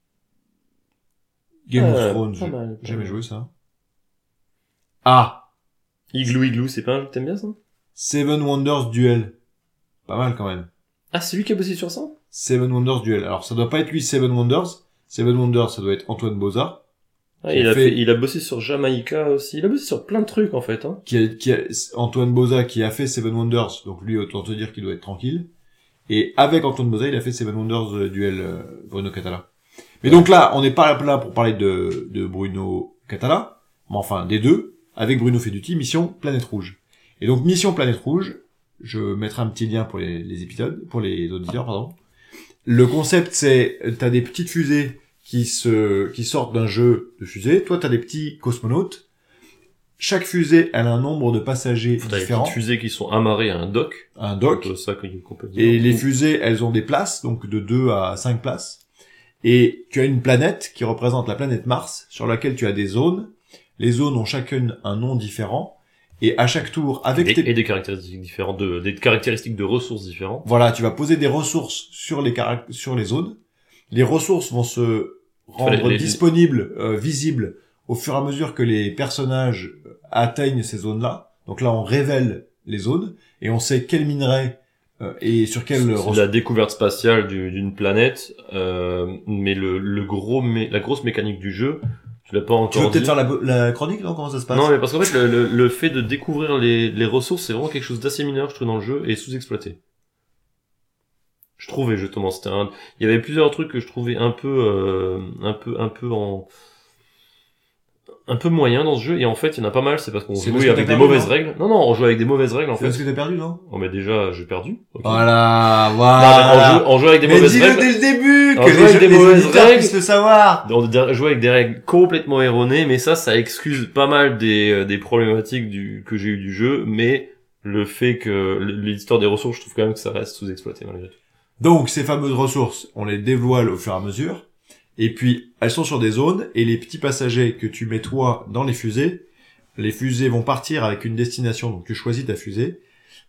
Game Ah, of Thrones, pas j'ai mal, pas jamais mal. joué ça. Ah, Igloo Igloo, c'est pas un jeu que t'aimes bien, ça? Seven Wonders Duel. Pas mal quand même. Ah, c'est lui qui a bossé sur ça? Seven Wonders Duel. Alors ça doit pas être lui Seven Wonders. Seven Wonders, ça doit être Antoine Boza. Ah, Qui il a a fait- fait, il a bossé sur Jamaïca aussi. Il a bossé sur plein de trucs, en fait, hein. Qui a, qui a, Antoine Boza qui a fait Seven Wonders, donc lui autant te dire qu'il doit être tranquille. Et avec Antoine Boza, il a fait Seven Wonders euh, Duel euh, Bruno Catala. Mais donc là, on n'est pas là pour parler de, de Bruno Catala, mais enfin des deux, avec Bruno Feduti, Mission Planète Rouge. Et donc Mission Planète Rouge, je mettrai un petit lien pour les, les épisodes, pour les auditeurs, pardon. Le concept c'est, t'as des petites fusées qui se, qui sortent d'un jeu de fusée. Toi, t'as des petits cosmonautes. Chaque fusée, elle a un nombre de passagers T'as des différents. petites fusées qui sont amarrées à un dock. Un dock. C'est ça qu'on qu'on peut dire. Et les fusées, elles ont des places, donc de deux à cinq places. Et tu as une planète qui représente la planète Mars, sur laquelle tu as des zones. Les zones ont chacune un nom différent. Et à chaque tour, avec et, tes... et des caractéristiques différentes, de, des caractéristiques de ressources différentes. Voilà, tu vas poser des ressources sur les caract- sur les zones. Les ressources vont se rendre les- les- disponibles, euh, visibles, au fur et à mesure que les personnages atteignent ces zones-là. Donc là, on révèle les zones, et on sait quel minerai euh, et sur quelle C'est ressource. la découverte spatiale du- d'une planète, euh, mais le, le gros, mé- la grosse mécanique du jeu, Tu l'as pas encore Tu veux peut-être dit. faire la, la chronique, non? Comment ça se passe? Non, mais parce qu'en fait, le, le, le fait de découvrir les, les ressources, c'est vraiment quelque chose d'assez mineur, je trouve, dans le jeu, et sous-exploité. Je trouvais, justement, c'était un, il y avait plusieurs trucs que je trouvais un peu, euh, un peu, un peu en, un peu moyen dans ce jeu, et en fait, il y en a pas mal, c'est parce qu'on C'est parce jouait que avec t'as des perdu, mauvaises non règles. Non, non, on jouait avec des mauvaises règles, en C'est fait. parce que t'as perdu, non? Oh, mais déjà, j'ai perdu. Ok. Voilà, Non, voilà. mais on joue, on joue avec des Mais mauvaises dis-le règles. dès le début, Alors, que jouer les, avec jeux- des les mauvaises auditeurs règles. puissent le savoir. On a joué avec des règles complètement erronées, mais ça, ça excuse pas mal des, euh, des problématiques du, que j'ai eu du jeu, mais le fait que l'histoire des ressources, je trouve quand même que ça reste sous-exploité malgré tout. Donc, ces fameuses ressources, on les dévoile au fur et à mesure. Et puis, elles sont sur des zones, et les petits passagers que tu mets toi dans les fusées, les fusées vont partir avec une destination, donc tu choisis ta fusée.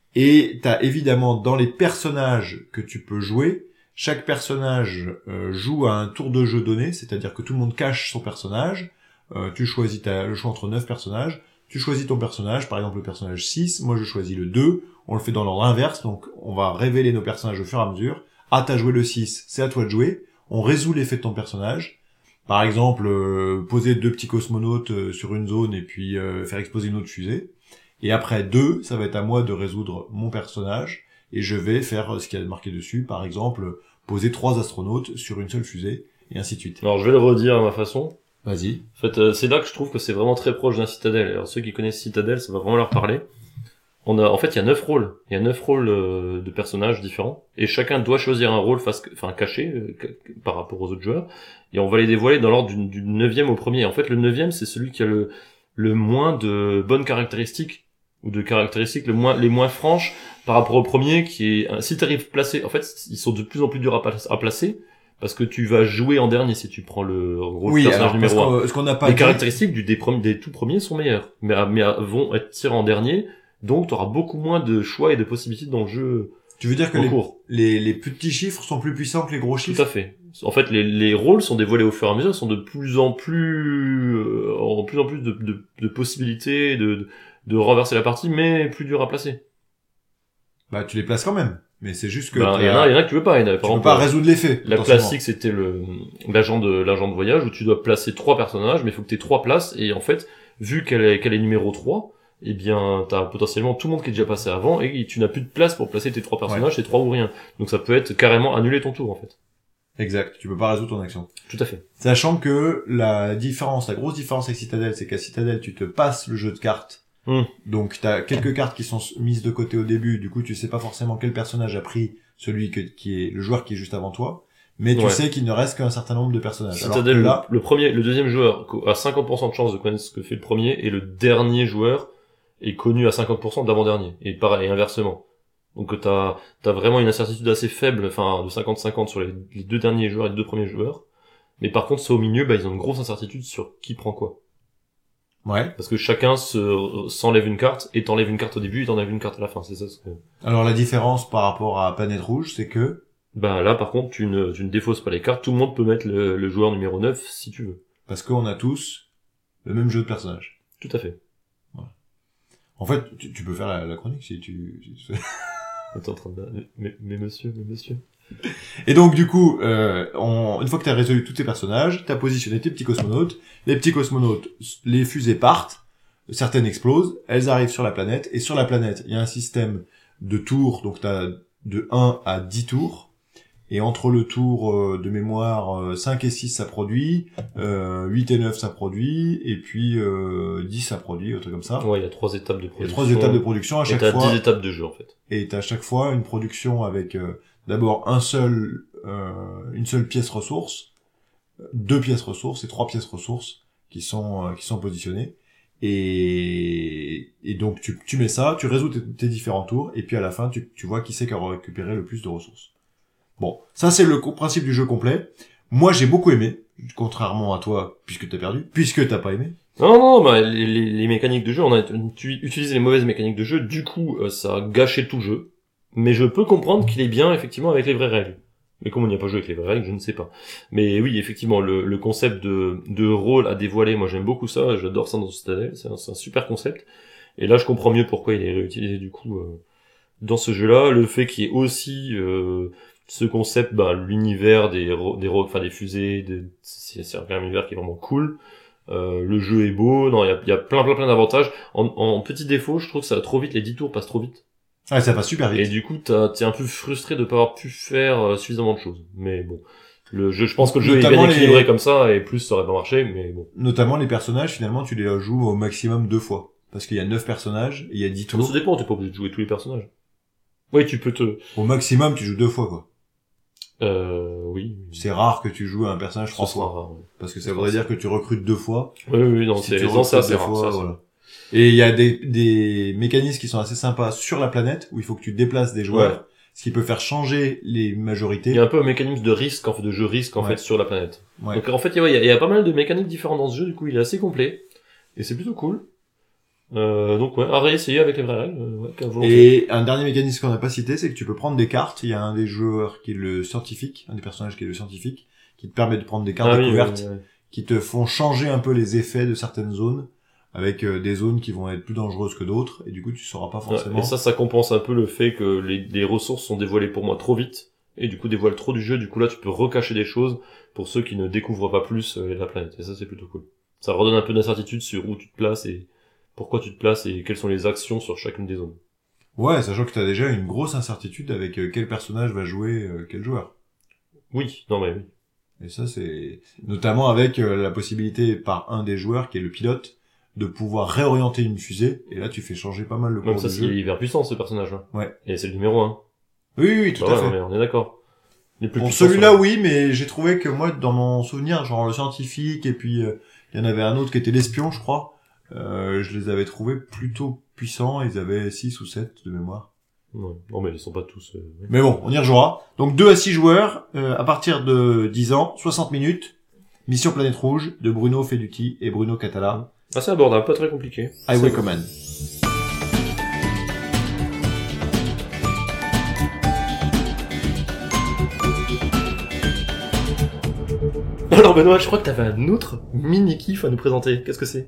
Et t'as évidemment dans les personnages que tu peux jouer, chaque personnage euh, joue à un tour de jeu donné, c'est-à-dire que tout le monde cache son personnage. Euh, tu choisis ta, le choix entre neuf personnages. Tu choisis ton personnage, par exemple le personnage six, moi je choisis le deux. On le fait dans l'ordre inverse, donc on va révéler nos personnages au fur et à mesure. Ah, t'as joué le six, c'est à toi de jouer. On résout l'effet de ton personnage. Par exemple, euh, poser deux petits cosmonautes euh, sur une zone et puis euh, faire exploser une autre fusée. Et après deux, ça va être à moi de résoudre mon personnage, et je vais faire ce qu'il y a marqué dessus, par exemple, poser trois astronautes sur une seule fusée, et ainsi de suite. Alors, je vais le redire à ma façon. Vas-y. En fait, euh, c'est là que je trouve que c'est vraiment très proche d'un Citadel. Alors, ceux qui connaissent Citadel, ça va vraiment leur parler. On a, en fait, il y a neuf rôles. Il y a neuf rôles euh, de personnages différents, et chacun doit choisir un rôle face, enfin, caché, euh, par rapport aux autres joueurs, et on va les dévoiler dans l'ordre du, du neuvième au premier. En fait, le neuvième, c'est celui qui a le, le moins de bonnes caractéristiques, ou de caractéristiques le moins, les moins franches par rapport au premier, qui est, si t'arrives placé, en fait, ils sont de plus en plus durs à, à placer, parce que tu vas jouer en dernier si tu prends le rôle Oui, de personnage alors, parce numéro un. qu'on, ce qu'on n'a pas Les dit- caractéristiques du, des, premiers, des tout premiers sont meilleures, mais, mais vont être tirées en dernier, donc t'auras beaucoup moins de choix et de possibilités dans le jeu Tu veux dire que en les, cours. les, les petits chiffres sont plus puissants que les gros Tout chiffres? à fait. En fait, les, les rôles sont dévoilés au fur et à mesure, sont de plus en plus, euh, en plus en plus de, de, de possibilités de, de, de renverser la partie, mais plus dur à placer. Bah, tu les places quand même. Mais c'est juste que Ben, il t'as- y en a, il y en a que tu veux pas. Il y en a, par tu peux exemple, pas résoudre l'effet. la potentiellement. classique, c'était le l'agent de l'agent de voyage où tu dois placer trois personnages, mais il faut que tu aies trois places. Et en fait, vu qu'elle est qu'elle est numéro trois, eh bien, t'as potentiellement tout le monde qui est déjà passé avant et tu n'as plus de place pour placer tes trois personnages, c'est trois ou rien. Donc ça peut être carrément annuler ton tour en fait. Exact. Tu peux pas résoudre ton action. Tout à fait. Sachant que la différence, la grosse différence avec Citadel, c'est qu'à Citadel, tu te passes le jeu de cartes. Mm. Donc, t'as quelques cartes qui sont mises de côté au début. Du coup, tu sais pas forcément quel personnage a pris celui que, qui est le joueur qui est juste avant toi. Mais tu Ouais. sais qu'il ne reste qu'un certain nombre de personnages. Alors Citadel, que le, là, le premier, le deuxième joueur a cinquante pour cent de chance de connaître ce que fait le premier et le dernier joueur est connu à cinquante pour cent de l'avant-dernier. Et pareil, inversement. Donc t'as t'as vraiment une incertitude assez faible, enfin de cinquante cinquante sur les, les deux derniers joueurs et les deux premiers joueurs. Mais par contre, ceux au milieu, bah ils ont une grosse incertitude sur qui prend quoi. ouais. Parce que chacun se s'enlève une carte et t'enlève une carte au début et t'enlève une carte à la fin. C'est ça ce que... Alors, la différence par rapport à Planète Rouge, c'est que, Ben là, par contre, tu ne, tu ne défausses pas les cartes. Tout le monde peut mettre le, le joueur numéro neuf si tu veux. parce qu'on a tous le même jeu de personnages. Tout à fait. En fait, tu, tu peux faire la, la chronique si tu, si tu... T'es en train de... Mais, mais monsieur, mais monsieur. Et donc, du coup, euh, on, une fois que t'as résolu tous tes personnages, t'as positionné tes petits cosmonautes. Les petits cosmonautes, les fusées partent, certaines explosent, elles arrivent sur la planète, et sur la planète, il y a un système de tours, donc t'as de un à dix tours, et entre le tour euh, de mémoire, euh, cinq et six ça produit, euh, huit et neuf ça produit, et puis euh, dix ça produit, un truc comme ça. Ouais, il y a trois étapes de Il y a production. trois étapes de production à Et chaque t'as fois. dix étapes de jeu, en fait. Et t'as à chaque fois une production avec euh, d'abord un seul, euh, une seule pièce ressource, deux pièces ressources et trois pièces ressources qui sont euh, qui sont positionnées. Et, et donc tu, tu mets ça, tu résous tes, tes différents tours et puis à la fin tu, tu vois qui c'est qui a récupéré le plus de ressources. Bon, ça c'est le co- principe du jeu complet. Moi j'ai beaucoup aimé, contrairement à toi puisque t'as perdu, puisque t'as pas aimé. Non, non, bah, les, les, les mécaniques de jeu, on a tu, utilisé les mauvaises mécaniques de jeu, du coup, euh, ça a gâché tout le jeu. Mais je peux comprendre qu'il est bien, effectivement, avec les vraies règles. Mais comme on n'y a pas joué avec les vraies règles, je ne sais pas. Mais oui, effectivement, le, le concept de, de rôle à dévoiler, moi j'aime beaucoup ça, j'adore ça dans Citadel, c'est un, c'est un super concept. Et là, je comprends mieux pourquoi il est réutilisé, du coup, euh, dans ce jeu-là. Le fait qu'il y ait aussi euh, ce concept, bah, l'univers des, ro- des, ro- enfin, des fusées, de, c'est, c'est un univers qui est vraiment cool. Euh, le jeu est beau, non, il y a, y a plein plein plein d'avantages. En, en petit défaut, je trouve que ça va trop vite, les dix tours passent trop vite. Ouais, ça passe super vite. Et du coup, t'as, t'es un peu frustré de pas avoir pu faire euh, suffisamment de choses. Mais bon, le jeu, je pense que le jeu Notamment est bien équilibré les... comme ça, et plus ça aurait pas marché, mais bon. Notamment les personnages, finalement, tu les joues au maximum deux fois. Parce qu'il y a neuf personnages, et il y a dix tours. Ça dépend, t'es pas obligé de jouer tous les personnages. Oui, tu peux te... Au maximum, tu joues deux fois, quoi. Euh, oui. C'est rare que tu joues un personnage trois fois. Rare, ouais. Parce que ça voudrait dire que tu recrutes deux fois. Oui, oui, non, Si c'est, tu non, c'est recrutes assez deux rare, fois, ça, voilà. Et il y a des, des mécanismes qui sont assez sympas sur la planète, où il faut que tu déplaces des joueurs, Ouais. ce qui peut faire changer les majorités. Il y a un peu un mécanisme de risque, en fait, de jeu risque, en Ouais. fait, sur la planète. Ouais. Donc, en fait, il y a, il y a pas mal de mécaniques différentes dans ce jeu, du coup, il est assez complet. Et c'est plutôt cool. Euh, donc, ouais, à réessayer avec les vraies règles, euh, ouais, qu'à volonté. Et un dernier mécanisme qu'on n'a pas cité, c'est que tu peux prendre des cartes. Il y a un des joueurs qui est le scientifique, un des personnages qui est le scientifique, qui te permet de prendre des cartes Ah oui, découvertes, ouais, ouais. qui te font changer un peu les effets de certaines zones, avec euh, des zones qui vont être plus dangereuses que d'autres, et du coup tu sauras pas forcément. Ouais, et ça, ça compense un peu le fait que les, les ressources sont dévoilées pour moi trop vite, et du coup dévoilent trop du jeu, du coup là tu peux recacher des choses pour ceux qui ne découvrent pas plus euh, la planète, et ça c'est plutôt cool. Ça redonne un peu d'incertitude sur où tu te places, et pourquoi tu te places, et quelles sont les actions sur chacune des zones. Ouais, sachant que t'as déjà une grosse incertitude avec euh, quel personnage va jouer euh, quel joueur. Oui, non mais oui. Et ça c'est notamment avec euh, la possibilité par un des joueurs qui est le pilote de pouvoir réorienter une fusée, et là tu fais changer pas mal le Même cours ça du c'est jeu. hyper puissant ce personnage-là. Ouais. Et c'est le numéro un. Oui, oui, oui, tout Bah à ouais, fait. non, mais on est d'accord. Les plus Bon, puissants celui-là, sont- oui, mais j'ai trouvé que moi, dans mon souvenir, genre le scientifique, et puis euh, il y en avait un autre qui était l'espion, je crois, euh, je les avais trouvés plutôt puissants, ils avaient six ou sept de mémoire. Ouais. Non mais ils sont pas tous... euh, ouais. Mais bon, on y rejouera. Donc deux à six joueurs, euh, à partir de dix ans, soixante minutes, Mission Planète Rouge, de Bruno Feduti et Bruno Catala. Assez abordable, pas très compliqué. Highway C'est- Command. Alors Benoît, je crois que t'avais un autre mini-kiff à nous présenter. Qu'est-ce que c'est?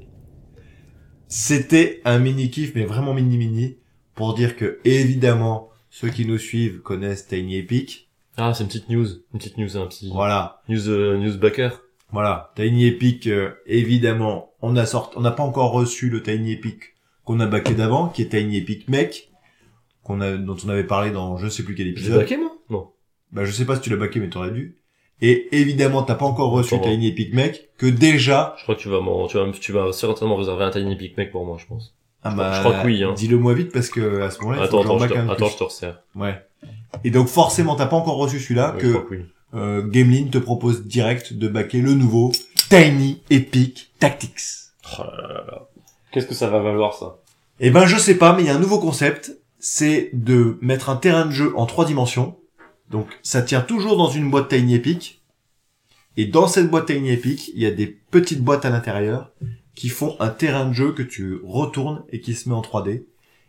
C'était un mini-kiff, mais vraiment mini-mini, pour dire que, évidemment, ceux qui nous suivent connaissent Tiny Epic. Ah, c'est une petite news. Une petite news, un petit... Voilà. News, euh, news backer. Voilà, Tiny Epic, euh, évidemment, on a sorti, on n'a pas encore reçu le Tiny Epic qu'on a backé d'avant, qui est Tiny Epic Mech, qu'on a, dont on avait parlé dans je sais plus quel J'ai épisode. backé, moi? Non. Bah, je sais pas si tu l'as backé, mais t'aurais dû. Et évidemment, t'as pas encore reçu Attends. Tiny Epic Mech, que déjà, Je crois que tu vas m'en, tu vas, tu vas certainement réserver un Tiny Epic Mech pour moi, je pense. ah Je bah, crois- je crois que oui, hein. dis-le moi vite parce que à ce moment-là, il faut Attends, que j'en attends, je back te, un de attends, plus. je te resserre. Ouais. Et donc, forcément, t'as pas encore reçu celui-là, Ouais, je crois que, que oui. euh, Gamelin te propose direct de backer le nouveau Tiny Epic Tactics. Oh là là là là. Qu'est-ce que ça va valoir, ça? Eh ben, je sais pas, mais il y a un nouveau concept. C'est de mettre un terrain de jeu en trois dimensions. Donc, ça tient toujours dans une boîte Tiny Epic. Et dans cette boîte Tiny Epic, il y a des petites boîtes à l'intérieur qui font un terrain de jeu que tu retournes et qui se met en trois D.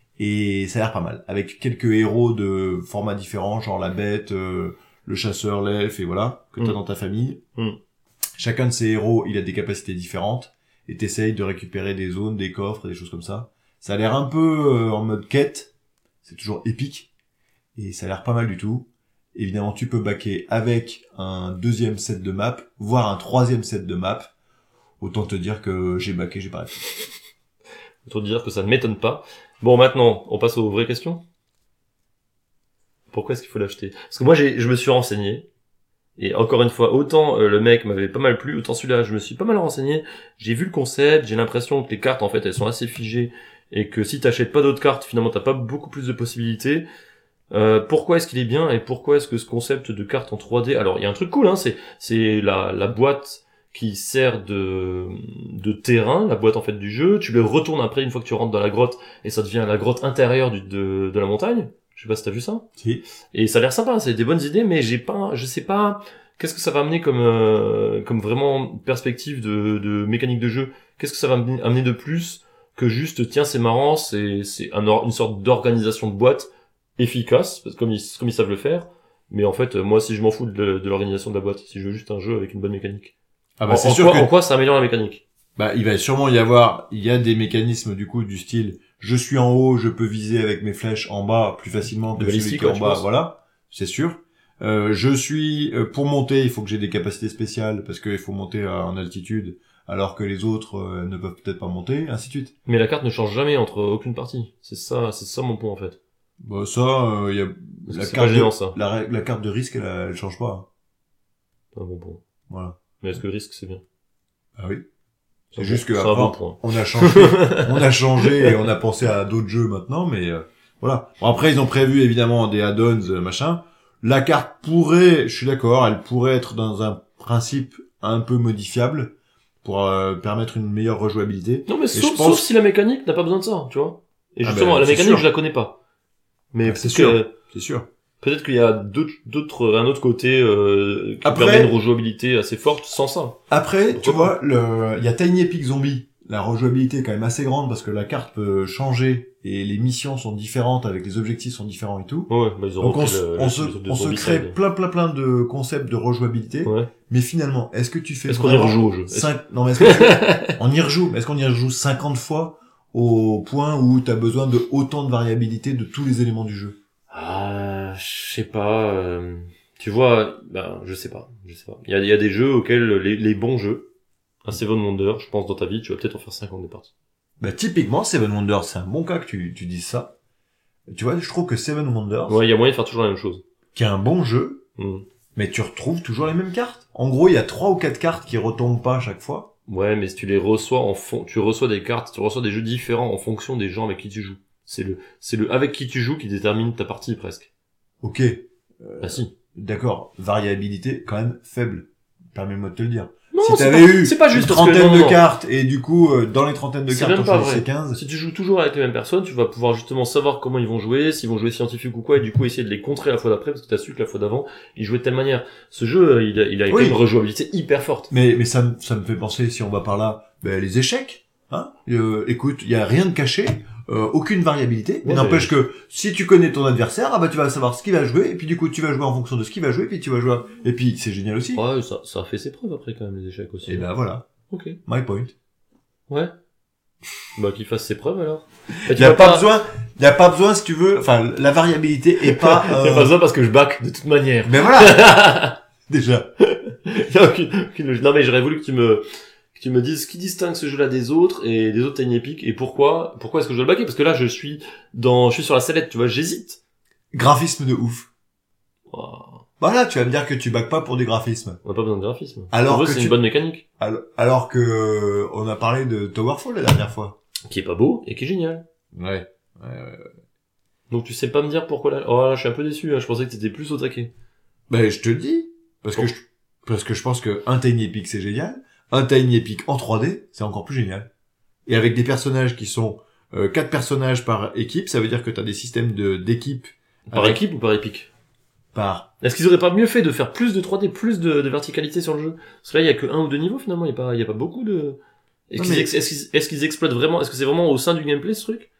Et ça a l'air pas mal. Avec quelques héros de formats différents, genre la bête, euh, le chasseur, l'elfe, et voilà, que t'as Mm. dans ta famille. Mm. Chacun de ces héros, il a des capacités différentes. Et t'essayes de récupérer des zones, des coffres, des choses comme ça. Ça a l'air un peu euh, en mode quête. C'est toujours épique. Et ça a l'air pas mal du tout. Évidemment, tu peux backer avec un deuxième set de maps, voire un troisième set de maps. Autant te dire que j'ai backé, j'ai pas arrêté. Autant dire que ça ne m'étonne pas. Bon, maintenant, on passe aux vraies questions. Pourquoi est-ce qu'il faut l'acheter? Parce que moi, j'ai, je me suis renseigné. Et encore une fois, autant euh, le mec m'avait pas mal plu, autant celui-là, je me suis pas mal renseigné. J'ai vu le concept, j'ai l'impression que les cartes, en fait, elles sont assez figées. Et que si t'achètes pas d'autres cartes, finalement, t'as pas beaucoup plus de possibilités. Euh, pourquoi est-ce qu'il est bien et pourquoi est-ce que ce concept de carte en trois D... Alors, il y a un truc cool, hein, c'est, c'est la, la boîte qui sert de, de terrain, la boîte en fait du jeu. Tu le retournes après une fois que tu rentres dans la grotte et ça devient la grotte intérieure du, de, de la montagne. Je sais pas si t'as vu ça. Si. Et ça a l'air sympa, c'est des bonnes idées, mais j'ai pas, je sais pas, qu'est-ce que ça va amener comme, euh, comme vraiment perspective de, de mécanique de jeu. Qu'est-ce que ça va amener amener de plus que juste, tiens, c'est marrant, c'est, c'est un or- une sorte d'organisation de boîte efficace, parce que comme ils, comme ils savent le faire. Mais en fait, moi, si je m'en fous de, de l'organisation de la boîte, si je veux juste un jeu avec une bonne mécanique. Ah bah en, c'est en sûr quoi, que en quoi ça améliore la mécanique? bah il va sûrement y avoir, il y a des mécanismes du coup du style je suis en haut, je peux viser avec mes flèches en bas plus facilement que De celui balistique, qui est en ouais, tu bas, penses voilà, c'est sûr. Euh, je suis euh, pour monter, il faut que j'ai des capacités spéciales parce qu'il faut monter à, en altitude alors que les autres euh, ne peuvent peut-être pas monter, ainsi de suite. Mais la carte ne change jamais entre aucune partie. C'est ça, c'est ça mon point en fait. Bah ça, il euh, y a Parce la que c'est carte pas gênant, de, ça. La, la carte de risque, elle, elle change pas. C'est un bon point. Voilà. Mais est-ce que le risque c'est bien? Ah oui. C'est C'est juste que c'est un après, bon point. on a changé, on a changé et on a pensé à d'autres jeux maintenant, mais euh, voilà. Bon, après, ils ont prévu évidemment des add-ons, euh, machin. La carte pourrait, je suis d'accord, elle pourrait être dans un principe un peu modifiable pour euh, permettre une meilleure rejouabilité. Non mais je sauf, pense- sauf si la mécanique n'a pas besoin de ça, tu vois. Et Ah justement, ben, la c'est mécanique sûr. je la connais pas. Mais Ah, c'est peut-être sûr. que C'est sûr. peut-être qu'il y a d'autres, d'autres, un autre côté euh, qui Après- permet une rejouabilité assez forte sans ça. Après, tu Pourquoi vois, le, il y a Tiny Epic Zombie. La rejouabilité est quand même assez grande parce que la carte peut changer et les missions sont différentes avec les objectifs sont différents et tout. Ouais, bah ils ont Donc on, repris se- le, on le- se, le- le on se zombie crée side. plein plein plein de concepts de rejouabilité. Ouais. Mais finalement, est-ce que tu fais Est-ce qu'on y vraiment rejoue au jeu? Est-ce- cinq... Non, mais est-ce que on y rejoue mais est-ce qu'on y rejoue cinquante fois au point où t'as besoin de autant de variabilité de tous les éléments du jeu? Ah, je sais pas. euh, Tu vois, ben je sais pas, je sais pas. Il y a, il y a des jeux auxquels les, les bons jeux, un Seven Wonders, je pense dans ta vie, tu vas peut-être en faire cinquante des parties. Bah typiquement, Seven Wonders, c'est un bon cas que tu, tu dises ça. Tu vois, je trouve que Seven Wonders, Ouais, il y a moyen de faire toujours la même chose. qui est un bon jeu, Hmm. mais tu retrouves toujours les mêmes cartes. En gros, il y a trois ou quatre cartes qui retombent pas à chaque fois. Ouais, mais si tu les reçois en fond, tu reçois des cartes, tu reçois des jeux différents en fonction des gens avec qui tu joues. C'est le, c'est le avec qui tu joues qui détermine ta partie presque. Ok, Ah si. d'accord, variabilité quand même faible. Permets-moi de te le dire. Non, si c'est t'avais pas- eu c'est pas juste une parce que- trentaine non, non, de non. cartes et du coup, euh, dans les trentaines de C'est cartes, même t'en pas choisissais vrai. quinze. Si tu joues toujours avec les mêmes personnes, tu vas pouvoir justement savoir comment ils vont jouer, s'ils vont jouer scientifique ou quoi, et du coup essayer de les contrer la fois d'après, parce que t'as su que la fois d'avant, ils jouaient de telle manière. Ce jeu, euh, il a, il a quand Oui. même une rejouabilité hyper forte. Mais, mais ça, me- ça me fait penser, si on va par là, ben, les échecs. Hein euh, écoute, il y a rien de caché, euh, aucune variabilité. Mais Ouais, n'empêche que si tu connais ton adversaire, ah bah tu vas savoir ce qu'il va jouer, et puis du coup tu vas jouer en fonction de ce qu'il va jouer, et puis tu vas jouer. Et puis c'est génial aussi. Ouais, ça, ça a fait ses preuves après quand même, les échecs aussi. Et ben voilà, Ok. my point. Ouais. Bah, qu'il fasse ses preuves alors. Il y a pas besoin, il y a pas besoin si tu veux. Enfin, la variabilité est pas. Il y a Euh... pas besoin parce que je back de toute manière. Mais voilà. Déjà. Il y a aucune, aucune logique. Non mais j'aurais voulu que tu me que tu me dises ce qui distingue ce jeu-là des autres et des autres Tiny Epic et pourquoi pourquoi est-ce que je dois le backer parce que là je suis dans je suis sur la sellette, tu vois, j'hésite. Graphisme de ouf. Oh, Voilà, tu vas me dire que tu backes pas pour des graphismes. on n'a pas besoin de graphisme. Alors En vrai, que c'est tu- une bonne mécanique Alors, alors que euh, on a parlé de Towerfall la dernière fois. qui est pas beau et qui est génial. Ouais. ouais, ouais. Donc tu sais pas me dire pourquoi là. Oh là, je suis un peu déçu, hein. Je pensais que t'étais plus au taquet. Ben je te le dis parce que je parce que je pense que un Tiny Epic c'est génial, un Tiny Epic en trois D c'est encore plus génial. Et avec des personnages qui sont euh, quatre personnages par équipe, ça veut dire que t'as des systèmes de d'équipe Par avec- équipe ou par épique? par. Est-ce qu'ils auraient pas mieux fait de faire plus de trois D, plus de, de verticalité sur le jeu? Parce que là, il y a que un ou deux niveaux finalement, il y a pas, il y a pas beaucoup de. Est-ce Non, qu'ils mais- ex- est-ce qu'ils est-ce qu'ils exploitent vraiment? Est-ce que c'est vraiment au sein du gameplay ce truc?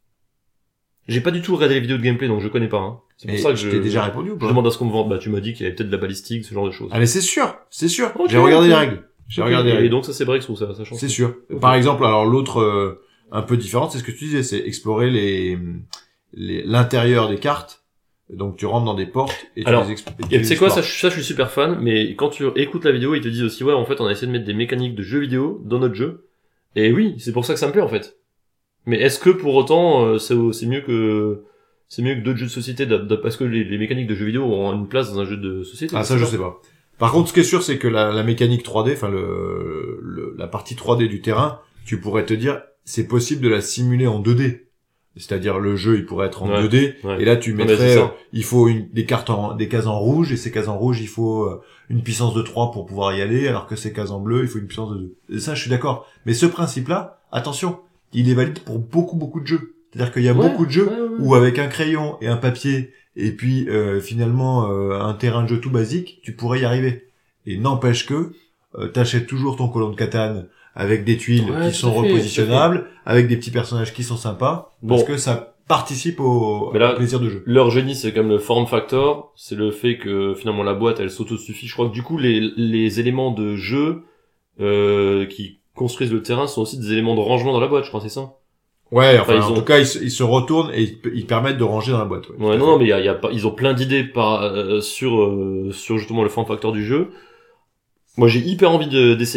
J'ai pas du tout regardé les vidéos de gameplay, donc je connais pas. Hein. C'est pour Et ça que je je. t'ai déjà répondu ou Je pas demande à ce qu'on me vende. Bah, tu m'as dit qu'il y avait peut-être de la balistique, ce genre de choses. Ah mais c'est sûr, c'est sûr. Ok, J'ai regardé ok. les règles. J'ai Ok, regardé les Et règles. donc ça c'est breakthrough, ça, ça change. C'est sûr. Ok. Par exemple, alors l'autre euh, un peu différente, c'est ce que tu disais, c'est explorer les les l'intérieur des cartes. Donc tu rentres dans des portes et tu Alors, les exp- et tu Et les tu sais quoi, ça, explores. je- ça je suis super fan, mais quand tu écoutes la vidéo, ils te disent aussi ouais en fait on a essayé de mettre des mécaniques de jeux vidéo dans notre jeu. Et oui, c'est pour ça que ça me plaît en fait. Mais est-ce que pour autant euh, c'est c'est mieux que c'est mieux que d'autres jeux de société d'a- d'a- parce que les, les mécaniques de jeux vidéo ont une place dans un jeu de société? Ah ça je sais pas. Par contre, ce qui est sûr, c'est que la, la mécanique trois D, enfin le, le la partie trois D du terrain, tu pourrais te dire, c'est possible de la simuler en deux D. C'est-à-dire le jeu, il pourrait être en Ouais, deux D, ouais. et là tu Non, mais c'est mettrais, ça. euh, il faut une, des cartes en, des cases en rouge, et ces cases en rouge, il faut euh, une puissance de trois pour pouvoir y aller, alors que ces cases en bleu, il faut une puissance de deux. Et ça, je suis d'accord. Mais ce principe-là, attention, il est valide pour beaucoup beaucoup de jeux. C'est-à-dire qu'il y a Ouais, beaucoup de jeux ouais, ouais, ouais. où avec un crayon et un papier, et puis euh, finalement euh, un terrain de jeu tout basique, tu pourrais y arriver. Et n'empêche que euh, t'achètes toujours ton colon de Catane avec des tuiles Ouais, qui sont tout à fait, repositionnables, avec des petits personnages qui sont sympas, Bon. parce que ça participe au, Mais là- au plaisir de jeu. Leur génie, c'est comme le form factor, c'est le fait que finalement la boîte elle s'autosuffit. Je crois que du coup les, les éléments de jeu euh, qui construisent le terrain sont aussi des éléments de rangement dans la boîte, je crois, c'est ça. Ouais, enfin, Enfin, ils en ont- tout cas, ils, se- ils se retournent et ils, ils permettent de ranger dans la boîte. Ouais, Ouais, non, non, mais il y a, il y a pas, ils ont plein d'idées par euh, sur euh, sur justement le form factor du jeu. Moi, j'ai hyper envie de- d'essayer.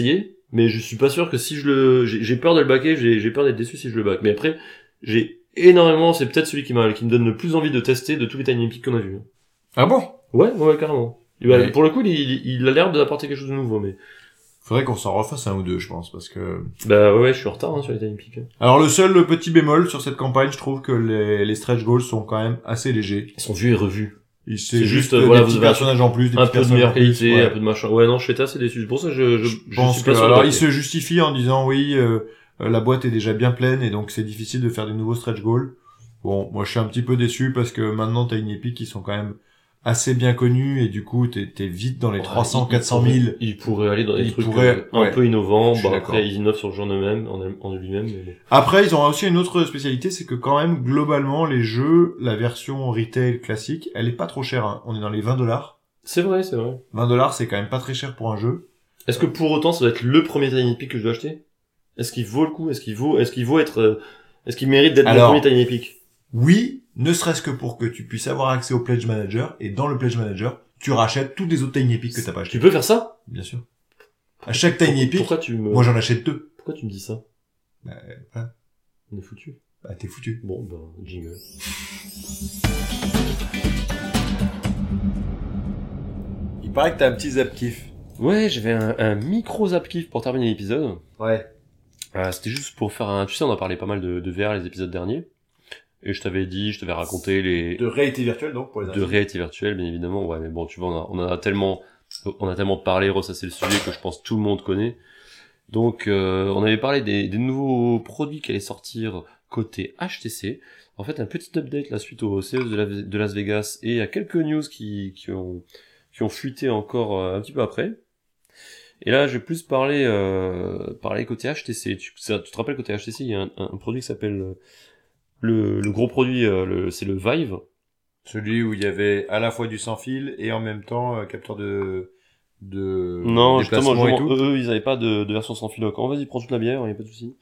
mais je suis pas sûr que si je le, j'ai, j'ai peur de le backer, j'ai, j'ai peur d'être déçu si je le back. Mais après, j'ai énormément, c'est peut-être celui qui m'a, qui me donne le plus envie de tester de tous les Tiny Epic qu'on a vus. Ah bon? Ouais, ouais, carrément. Et bah, Ouais. pour le coup, il, il, il a l'air d'apporter quelque chose de nouveau, mais. Faudrait qu'on s'en refasse un ou deux, je pense, parce que... Bah ouais, ouais, je suis en retard hein, sur les Tiny Epic. Alors le seul le petit bémol sur cette campagne, je trouve que les, les stretch goals sont quand même assez légers. Ils sont vus et revus. C'est C'est juste, juste, euh, voilà, des vous petits avez personnages en plus, des Un petits peu de personnages meilleure en plus, qualité, ouais. un peu de machin. Ouais, non, je suis assez déçu. C'est pour ça que je, je, Je je pense suis que, pas sûr de alors backer. il se justifie en disant oui, euh, euh, la boîte est déjà bien pleine et donc c'est difficile de faire des nouveaux stretch goals. Bon, moi je suis un petit peu déçu parce que maintenant t'as une Epic qui sont quand même assez bien connus et du coup t'es, t'es vite dans les Ouais, trois cents, il- quatre cent il mille. pourrait- Il pourrait aller dans des Il trucs pourrait, euh, un ouais. peu innovants. Je suis Bah, d'accord. après, ils innovent sur le jeu en eux-mêmes, en, en lui-même. Mais bon. Après, ils ont aussi une autre spécialité, c'est que quand même, globalement, les jeux, la version retail classique, elle est pas trop chère, hein. On est dans les vingt dollars. C'est vrai, c'est vrai. vingt dollars, c'est quand même pas très cher pour un jeu. Est-ce que pour autant, ça doit être le premier Tiny Epic que je dois acheter? Est-ce qu'il vaut le coup? Est-ce qu'il vaut, est-ce qu'il vaut être, euh, est-ce qu'il mérite d'être Alors, le premier Tiny Epic? Oui, ne serait-ce que pour que tu puisses avoir accès au Pledge Manager, et dans le Pledge Manager, tu rachètes tous les autres Tiny Epic que t'as pas acheté. Tu peux faire ça? Bien sûr. À chaque Tiny Pour- Epic, Pourquoi tu me, moi j'en achète deux. pourquoi tu me dis ça? Bah, voilà. On est foutu. Bah, t'es foutu. Bon, ben, jingle. Il paraît que t'as un petit zap kiff. Ouais, j'avais un, un micro zap kiff pour terminer l'épisode. Ouais. Euh, c'était juste pour faire un, tu sais, on a parlé pas mal de, de V R les épisodes derniers. Et je t'avais dit, je t'avais raconté les, De réalité virtuelle, donc, pour les de intimes. réalité virtuelle, bien évidemment. Ouais, mais bon, tu vois, on a, on en a tellement, on a tellement parlé, ressassé le sujet que je pense tout le monde connaît. Donc, euh, on avait parlé des, des nouveaux produits qui allaient sortir côté H T C. En fait, un petit update là suite au C E S de, la- de Las Vegas et à quelques news qui, qui ont, qui ont fuité encore euh, un petit peu après. Et là, je vais plus parler, euh, parler côté H T C. Tu, ça, tu te rappelles côté H T C, il y a un, un produit qui s'appelle euh, le, le gros produit, euh, le, c'est le Vive. Celui où il y avait à la fois du sans fil et en même temps euh, capteur de de Non, justement, déplacement et justement, tout. eux, ils avaient pas de, de version sans fil. Quand vas-y, prends toute la bière, y a pas de souci.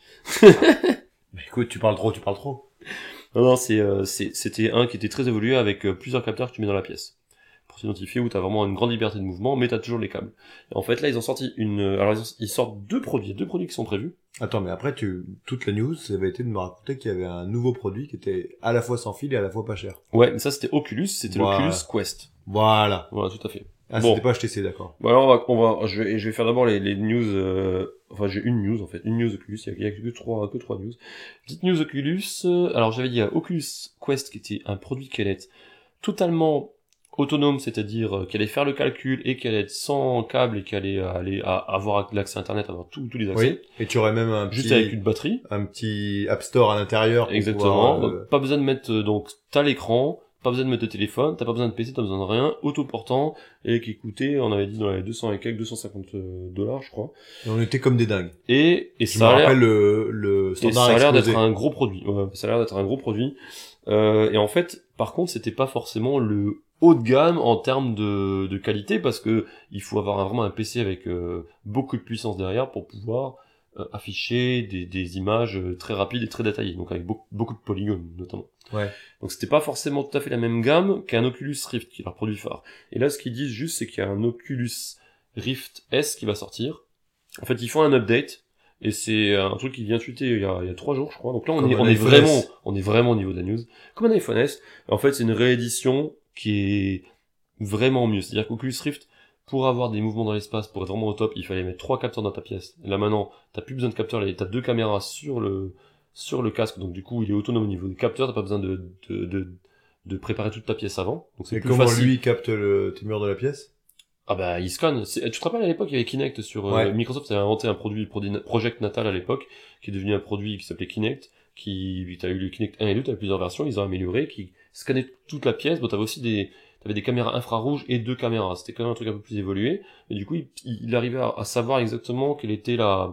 Mais écoute, tu parles trop, tu parles trop. Non, non, c'est, euh, c'est, c'était un qui était très évolué avec euh, plusieurs capteurs que tu mets dans la pièce. Pour s'identifier où t'as vraiment une grande liberté de mouvement, mais t'as toujours les câbles. Et en fait, là, ils ont sorti une, euh, alors ils, ont- ils sortent deux produits, deux produits qui sont prévus. Attends, mais après, tu toute la news, ça avait été de me raconter qu'il y avait un nouveau produit qui était à la fois sans fil et à la fois pas cher. Ouais, mais ça, c'était Oculus, c'était Voilà. l'Oculus Quest. Voilà. Voilà, tout à fait. Ah, Bon. c'était pas H T C, d'accord. Bon, alors, on va, on va, je vais, je vais faire d'abord les, les news, euh, enfin, j'ai une news, en fait, une news Oculus, il y a, il y a que trois, que trois news. Petite news Oculus, euh, alors j'avais dit, il y a Oculus Quest, qui était un produit qui allait être totalement autonome, c'est-à-dire euh, qui allait faire le calcul et qui allait être sans câble et qui allait euh, aller à, avoir l'accès à internet, avoir tous tous les accès. Oui. Et tu aurais même un Juste petit avec une batterie. un petit App Store à l'intérieur. pour Exactement. pouvoir, euh, Donc, pas besoin de mettre, euh, donc, t'as l'écran, pas besoin de mettre de téléphone, t'as pas besoin de P C, t'as besoin de rien, autoportant, et qui coûtait, on avait dit dans les deux cents et quelques, deux cent cinquante dollars, je crois. et on était comme des dingues. Et, et Je ça me a l'air, rappelle le, le et standard ça a l'air explosé. d'être un gros produit. Ouais, ça a l'air d'être un gros produit. Euh, et en fait, par contre, c'était pas forcément le haut de gamme en termes de, de qualité, parce que il faut avoir un- vraiment un P C avec euh, beaucoup de puissance derrière pour pouvoir euh, afficher des, des images euh, très rapides et très détaillées, donc avec beaucoup, beaucoup de polygones notamment. Ouais. Donc c'était pas forcément tout à fait la même gamme qu'un Oculus Rift, qui est leur produit phare. Et là, ce qu'ils disent juste, c'est qu'il y a un Oculus Rift S qui va sortir. En fait, ils font un update, et c'est un truc qui vient tweeter il y a, il y a trois jours, je crois. Donc là, on Comme est, un on est iPhone vraiment, S. on est vraiment au niveau de la news. Comme un iPhone S. En fait, c'est une réédition qui est vraiment mieux. C'est-à-dire qu'Oculus Rift, pour avoir des mouvements dans l'espace, pour être vraiment au top, il fallait mettre trois capteurs dans ta pièce. Et là maintenant, t'as plus besoin de capteurs, là, t'as deux caméras sur le, sur le casque, donc du coup, il est autonome au niveau des capteurs, t'as pas besoin de, de, de, de préparer toute ta pièce avant. Donc c'est Et plus comment facile. lui capte le, tes murs de la pièce? Ah bah, il scanne. C'est- Tu te rappelles à l'époque, il y avait Kinect sur, euh, Ouais. Microsoft avait inventé un produit, produit Project Natal à l'époque, qui est devenu un produit qui s'appelait Kinect, qui, t'as eu le Kinect un et deux, t'avais plusieurs versions, ils ont amélioré, qui scannait toute la pièce. Bon, t'avais aussi des, t'avais des caméras infrarouges et deux caméras. C'était quand même un truc un peu plus évolué. Et du coup, il, il arrivait à, à savoir exactement quelle était la,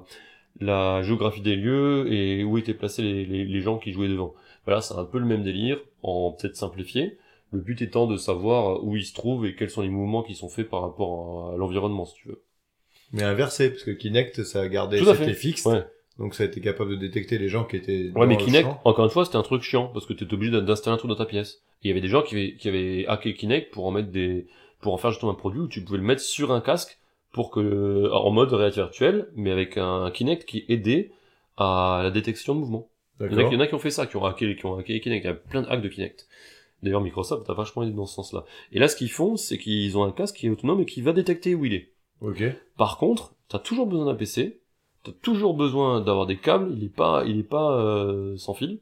la géographie des lieux et où étaient placés les, les, les gens qui jouaient devant. Voilà, c'est un peu le même délire, en peut-être simplifié. Le but étant de savoir où ils se trouvent et quels sont les mouvements qui sont faits par rapport à l'environnement, si tu veux. Mais inversé, parce que Kinect, ça a gardé, Tout à c'était fait. fixe. Ouais. Donc ça a été capable de détecter les gens qui étaient Ouais, dans mais le Kinect, champ. encore une fois, c'était un truc chiant, parce que t'étais obligé d'installer un truc dans ta pièce. Et il y avait des gens qui avaient, qui avaient hacké Kinect pour en mettre des, pour en faire justement un produit où tu pouvais le mettre sur un casque pour que, en mode réalité virtuelle, mais avec un Kinect qui aidait à la détection de mouvement. Il y en a, il y en a qui ont fait ça, qui ont hacké, qui ont hacké Kinect. Il y a plein de hacks de Kinect. D'ailleurs, Microsoft a vachement aidé dans ce sens-là. Et là, ce qu'ils font, c'est qu'ils ont un casque qui est autonome et qui va détecter où il est. Ok. Par contre, t'as toujours besoin d'un P C, t'as toujours besoin d'avoir des câbles, il est pas, il est pas euh, sans fil,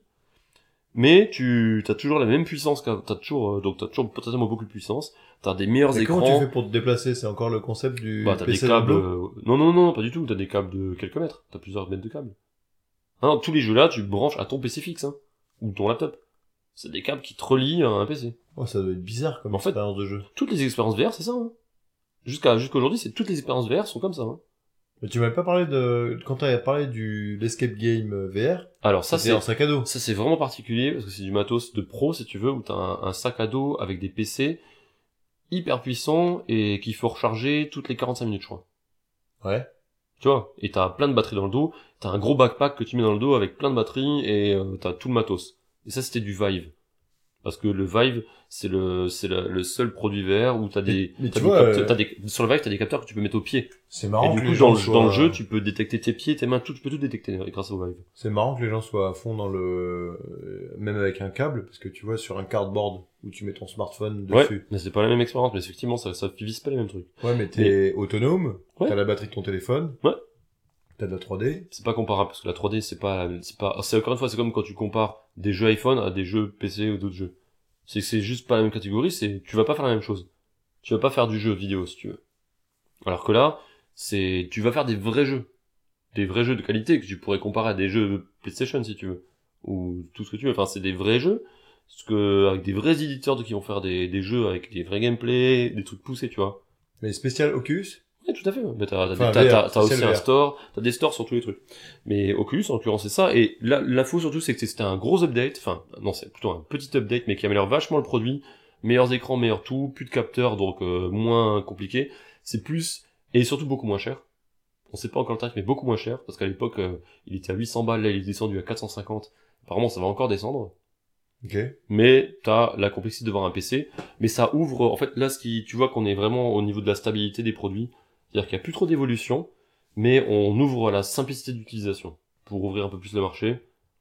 mais tu t'as toujours la même puissance, qu'à- t'as toujours, euh, donc t'as toujours potentiellement beaucoup de puissance, t'as des meilleurs Et écrans. comment tu fais pour te déplacer? C'est encore le concept du Bah, t'as P des C dans le câbles. dos euh, Non, non, non, pas du tout. T'as des câbles de quelques mètres. T'as plusieurs mètres de câbles. Ah non, tous les jeux là, tu branches à ton P C fixe, hein, ou ton laptop. C'est des câbles qui te relient à un P C. Oh, ça doit être bizarre comme En fait- expérience de jeu. Toutes les expériences V R, c'est ça. Hein. Jusqu'à jusqu'aujourd'hui, c'est toutes les expériences V R sont comme ça. Hein. Mais tu m'avais pas parlé de... Quand t'avais parlé du l'escape game euh, V R, Alors ça, c'était c'est en sac à dos. ça c'est vraiment particulier parce que c'est du matos de pro, si tu veux, où t'as un, un sac à dos avec des P C hyper puissants et qu'il faut recharger toutes les quarante-cinq minutes, je crois. Ouais. Tu vois, et t'as plein de batteries dans le dos, t'as un gros backpack que tu mets dans le dos avec plein de batteries et euh, t'as tout le matos. Et ça, c'était du Vive. Parce que le Vive, c'est le c'est le, le seul produit V R où t'as des, mais t'as tu des vois, capteurs- euh, t'as des sur le Vive, t'as des capteurs que tu peux mettre aux pieds. C'est Et marrant du que coup, les dans gens le, soient... dans le jeu, tu peux détecter tes pieds, tes mains, tout, tu peux tout détecter grâce au Vive. C'est marrant que les gens soient à fond dans le... euh, Même avec un câble, parce que tu vois, sur un cardboard où tu mets ton smartphone Ouais, dessus. mais c'est pas la même expérience, mais effectivement, ça, ça vise pas les mêmes trucs. Ouais, mais t'es autonome, Ouais. t'as la batterie de ton téléphone, Ouais. t'as de la trois D. C'est pas comparable, parce que la trois D, c'est pas, c'est pas, c'est encore une fois, c'est comme quand tu compares des jeux iPhone à des jeux P C ou d'autres jeux. C'est que c'est juste pas la même catégorie, c'est, tu vas pas faire la même chose. Tu vas pas faire du jeu vidéo, si tu veux. Alors que là, c'est, tu vas faire des vrais jeux. Des vrais jeux de qualité que tu pourrais comparer à des jeux PlayStation, si tu veux. Ou tout ce que tu veux. Enfin, c'est des vrais jeux. Parce que, avec des vrais éditeurs qui vont faire des, des jeux avec des vrais gameplays, des trucs poussés, tu vois. Mais spécial Oculus. Ouais, tout à fait. Mais t'as, t'as, Enfin, t'as, V R, t'as, t'as aussi spécial un V R. store, t'as des stores sur tous les trucs. Mais Oculus, en l'occurrence, c'est ça. Et là, l'info surtout, c'est que c'était un gros update. Enfin, non, c'est plutôt un petit update, mais qui améliore vachement le produit. Meilleurs écrans, meilleurs tout, plus de capteurs, donc euh, moins compliqué. C'est plus, et surtout beaucoup moins cher. On sait pas encore le tarif, mais beaucoup moins cher. Parce qu'à l'époque, euh, il était à huit cents balles, là, il est descendu à quatre cent cinquante. Apparemment, ça va encore descendre. Ok. Mais t'as la complexité de voir un P C. Mais ça ouvre, en fait, là, ce qui, tu vois qu'on est vraiment au niveau de la stabilité des produits. C'est-à-dire qu'il n'y a plus trop d'évolution, mais on ouvre à la simplicité d'utilisation pour ouvrir un peu plus le marché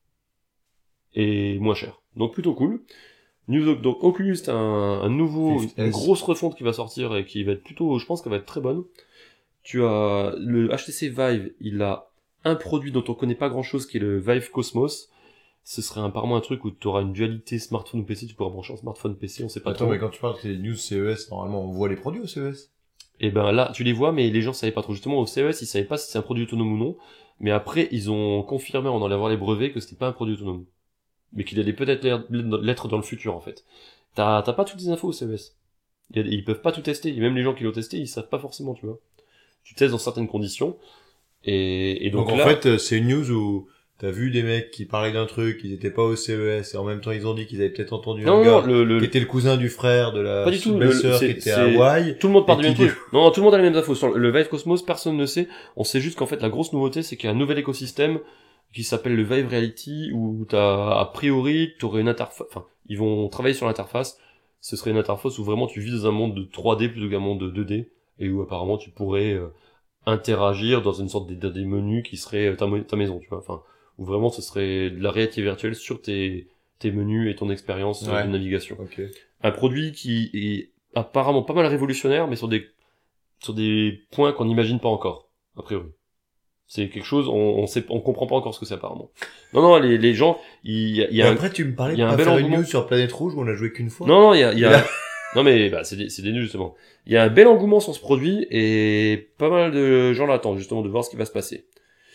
et moins cher. Donc plutôt cool. News, donc Oculus, c'est un, un nouveau, Rift une S. grosse refonte qui va sortir et qui va être plutôt, je pense qu'elle va être très bonne. Tu as le H T C Vive, il a un produit dont on connaît pas grand-chose qui est le Vive Cosmos. Ce serait apparemment un truc où tu auras une dualité smartphone ou P C, tu pourras brancher un smartphone P C, on sait pas Attends, trop. mais quand tu parles que c'est news C E S, normalement, on voit les produits au C E S. Et ben là, tu les vois, mais les gens savaient pas trop. Justement, au C E S, ils savaient pas si c'est un produit autonome ou non. Mais après, ils ont confirmé, en allant voir les brevets, que c'était pas un produit autonome. Mais qu'il allait peut-être l'être dans le futur, en fait. T'as, t'as pas toutes les infos au C E S. Il y a- Ils peuvent pas tout tester. Et même les gens qui l'ont testé, ils savent pas forcément, tu vois. Tu testes dans certaines conditions. Et, et donc, Donc, là, en fait, euh, c'est une news où t'as vu des mecs qui parlaient d'un truc, ils étaient pas au C E S, et en même temps, ils ont dit qu'ils avaient peut-être entendu non, un non, gars le, le, qui était le cousin du frère de la Pas du tout, belle-sœur le- qui c'est- était à c'est- Hawaï. tout le monde part du et même qui truc. Non, tout le monde a les mêmes infos. Sur le Vive Cosmos, personne ne sait. On sait juste qu'en fait, la grosse nouveauté, c'est qu'il y a un nouvel écosystème qui s'appelle le Vive Reality, où t'as, a priori, t'aurais une interface, enfin, ils vont travailler sur l'interface. Ce serait une interface où vraiment tu vis dans un monde de trois D plutôt qu'un monde de deux D, et où apparemment tu pourrais euh, interagir dans une sorte des, des menus qui seraient euh, ta, mo- ta maison, tu vois. Enfin, où vraiment ce serait de la réalité virtuelle sur tes, tes menus et ton expérience euh, Ouais. de navigation. Ok. Un produit qui est apparemment pas mal révolutionnaire, mais sur des sur des points qu'on n'imagine pas encore, a priori. C'est quelque chose, on, on sait, on comprend pas encore ce que c'est apparemment. Non, non, les, les gens, il y a, il y Et a un... après, tu me parlais il de y a un pas bel faire une engouement. news sur Planète Rouge où on a joué qu'une fois. non, non, il y a, il y a... Là. non mais bah c'est des, c'est des news justement. Il y a un bel engouement sur ce produit et pas mal de gens l'attendent justement de voir ce qui va se passer.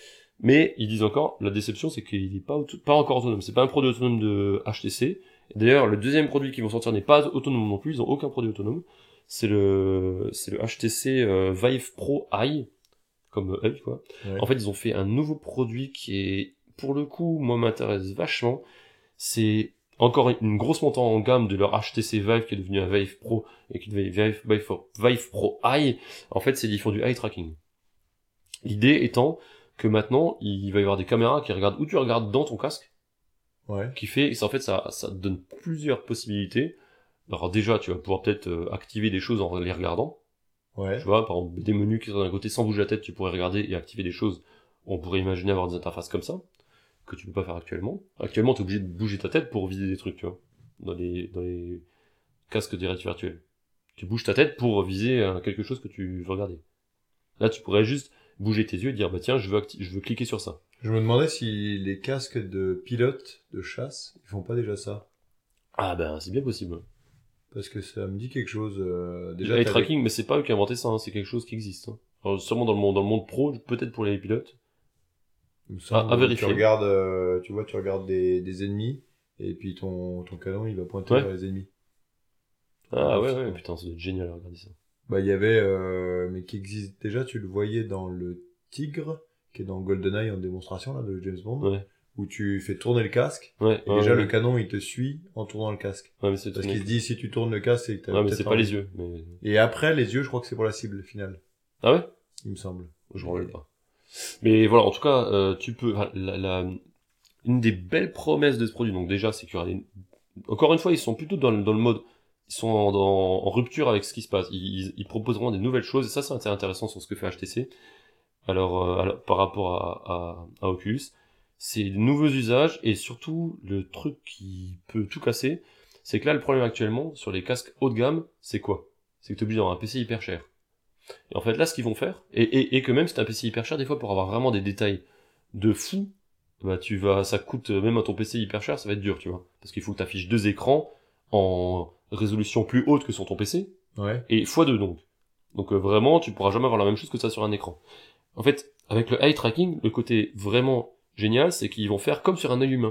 Mais ils disent encore, la déception c'est qu'il est pas auto- pas encore autonome. C'est pas un produit autonome de H T C. D'ailleurs, le deuxième produit qu'ils vont sortir n'est pas autonome non plus. Ils ont aucun produit autonome. C'est le c'est le H T C euh, Vive Pro Eye, comme œil quoi. Ouais. En fait, ils ont fait un nouveau produit qui est, pour le coup, moi m'intéresse vachement. C'est encore une grosse montée en gamme de leur H T C Vive qui est devenu un Vive Pro et qui devient Vive, Vive, Vive Pro Eye. En fait, c'est ils font du eye tracking. L'idée étant que maintenant, il va y avoir des caméras qui regardent où tu regardes dans ton casque, Ouais. qui fait, et en fait, ça, ça te donne plusieurs possibilités. Alors déjà, tu vas pouvoir peut-être euh, activer des choses en les regardant. Ouais. Tu vois, par exemple, des menus qui sont d'un côté sans bouger la tête, tu pourrais regarder et activer des choses. On pourrait imaginer avoir des interfaces comme ça, que tu peux pas faire actuellement. Actuellement, t'es obligé de bouger ta tête pour viser des trucs, tu vois, dans les, dans les casques de réalité virtuelle. Tu bouges ta tête pour viser euh, quelque chose que tu veux regarder. Là, tu pourrais juste bouger tes yeux et dire, bah tiens, je veux, acti- je veux cliquer sur ça. Je me demandais si les casques de pilotes de chasse, ils font pas déjà ça. Ah ben, c'est bien possible. Parce que ça me dit quelque chose, euh, Déjà, déjà. eye t'as tracking, mais c'est pas eux qui ont inventé ça, hein, c'est quelque chose qui existe. Hein. Alors, sûrement dans le monde, dans le monde pro, peut-être pour les pilotes. des- il me semble à que vérifier. Tu regardes, euh, tu vois, tu regardes des, des ennemis, et puis ton, ton canon, il va pointer Ouais. vers les ennemis. Ah ouais, Ouais. ouais, putain, ça doit être génial à regarder ça. Bah, il y avait, euh, mais qui existe déjà, tu le voyais dans le Tigre, qui est dans GoldenEye en démonstration, là, de James Bond, Ouais, où tu fais tourner le casque, ouais. et ouais, déjà ouais. le canon, il te suit en tournant le casque. Ouais, mais c'est Parce tourné. qu'il se dit, si tu tournes le casque, c'est que t'as Ouais, mais peut-être c'est pas envie. les yeux. Mais... Et après, les yeux, je crois que c'est pour la cible finale, Ah ouais? il me semble. Je me rappelle pas. Mais voilà, en tout cas, euh, tu peux. enfin, La, la, une des belles promesses de ce produit, donc déjà, c'est qu'il y aura des... Encore une fois, ils sont plutôt dans le, dans le mode. Ils sont en, en, en rupture avec ce qui se passe. Ils, ils, ils proposeront des nouvelles choses, et ça, c'est intéressant sur ce que fait H T C. Alors, euh, alors par rapport à, à, à Oculus, c'est de nouveaux usages, et surtout, le truc qui peut tout casser, c'est que là, le problème actuellement, sur les casques haut de gamme, c'est quoi? C'est que tu es obligé d'avoir un P C hyper cher. Et en fait, là, ce qu'ils vont faire, et, et, et que même si t'as un P C hyper cher, des fois, pour avoir vraiment des détails de fou, bah, tu vas, ça coûte, même à ton P C hyper cher, ça va être dur, tu vois. Parce qu'il faut que t'affiches deux écrans en résolution plus haute que sur ton P C, Ouais. et fois deux donc. Donc, euh, vraiment, tu pourras jamais avoir la même chose que ça sur un écran. En fait, avec le eye tracking, le côté vraiment génial, c'est qu'ils vont faire comme sur un œil humain.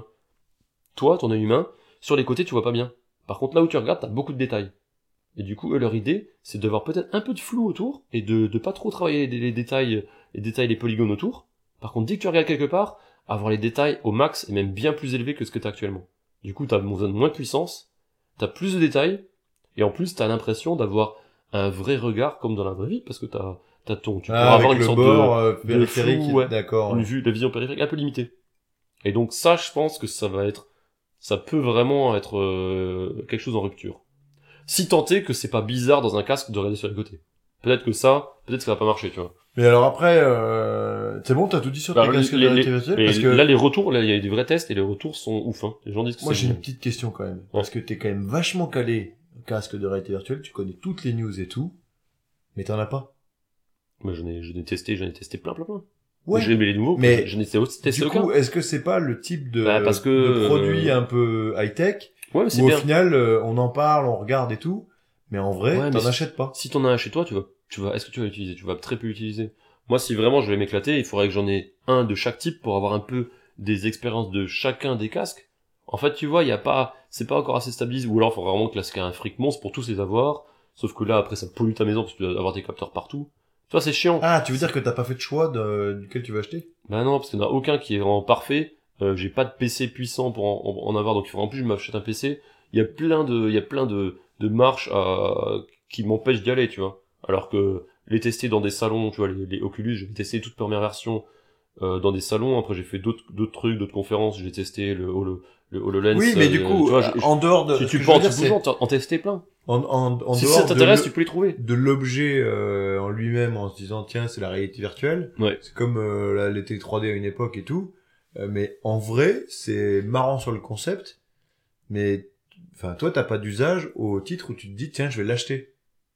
Toi, ton œil humain, sur les côtés, tu vois pas bien. Par contre, là où tu regardes, t'as beaucoup de détails. Et du coup, eux, leur idée, c'est d'avoir peut-être un peu de flou autour, et de, de pas trop travailler les, les détails, les détails, les polygones autour. Par contre, dès que tu regardes quelque part, avoir les détails au max, et même bien plus élevés que ce que t'as actuellement. Du coup, t'as besoin de moins de puissance, t'as plus de détails, et en plus, t'as l'impression d'avoir un vrai regard comme dans la vraie vie, parce que t'as, t'as ton, tu Ah, pourras avec avoir une le sorte bord, de, euh, de périphérique, flou, ouais. d'accord. une ouais. vue, la vision périphérique un peu limitée. Et donc ça, je pense que ça va être, ça peut vraiment être euh, quelque chose en rupture. Si tant est que c'est pas bizarre dans un casque de regarder sur les côtés. Peut-être que ça, peut-être que ça va pas marcher, tu vois. Mais alors après, euh... c'est bon, t'as tout dit sur Bah, tes casques de les- réalité les- virtuelle Et parce que là, les retours, là, il y a des vrais tests et les retours sont ouf, hein. Les gens disent que moi c'est j'ai une génial. petite question quand même. Parce que t'es quand même vachement calé casque de réalité virtuelle, tu connais toutes les news et tout, mais t'en as pas. Moi, j'en ai, j'en ai testé, j'en ai testé plein, plein, plein. Ouais. J'ai aimé les nouveaux, Mais mais j'en ai testé Du aucun. coup, est-ce que c'est pas le type de, Bah, parce que, de produit euh, un peu high-tech Ouais, mais c'est où bien. au final euh, on en parle, on regarde et tout, mais en vrai, Ouais, t'en mais achètes pas. Si t'en as un chez toi, tu vas, tu vas, est-ce que tu vas l'utiliser? Tu vas très peu l'utiliser. Moi, si vraiment je vais m'éclater, il faudrait que j'en ai un de chaque type pour avoir un peu des expériences de chacun des casques. En fait, tu vois, il y a pas, c'est pas encore assez stabilisé, ou alors il faudrait vraiment que là, c'est un fric monstre pour tous les avoir. Sauf que là, après, ça pollue ta maison parce que tu dois avoir des capteurs partout. Tu vois, c'est chiant. Ah, tu veux dire que t'as pas fait de choix de, duquel tu vas acheter? Bah non, parce qu'il n'y en a aucun qui est vraiment parfait. Euh, j'ai pas de P C puissant pour en, en- en avoir, donc il faudrait en plus que je m'achète un P C. Il y a plein de, il y a plein de, de marches à, qui m'empêchent d'y aller, tu vois. Alors que les tester dans des salons, tu vois, les, les Oculus, j'ai testé toute première version euh, dans des salons. Après, j'ai fait d'autres, d'autres trucs, d'autres conférences. J'ai testé le, le, le HoloLens. Oui, mais du euh, coup, tu vois, j'ai- en dehors de, si ce tu que peux je en veux dire, c'est en, en tester plein. en, en, en Si dehors ça de t'intéresse, le- tu peux les trouver. de l'objet euh, en lui-même en se disant tiens c'est la réalité virtuelle, Ouais. c'est comme euh, la, les télé trois D à une époque et tout, euh, mais en vrai c'est marrant sur le concept, mais enfin toi t'as pas d'usage au titre où tu te dis tiens je vais l'acheter,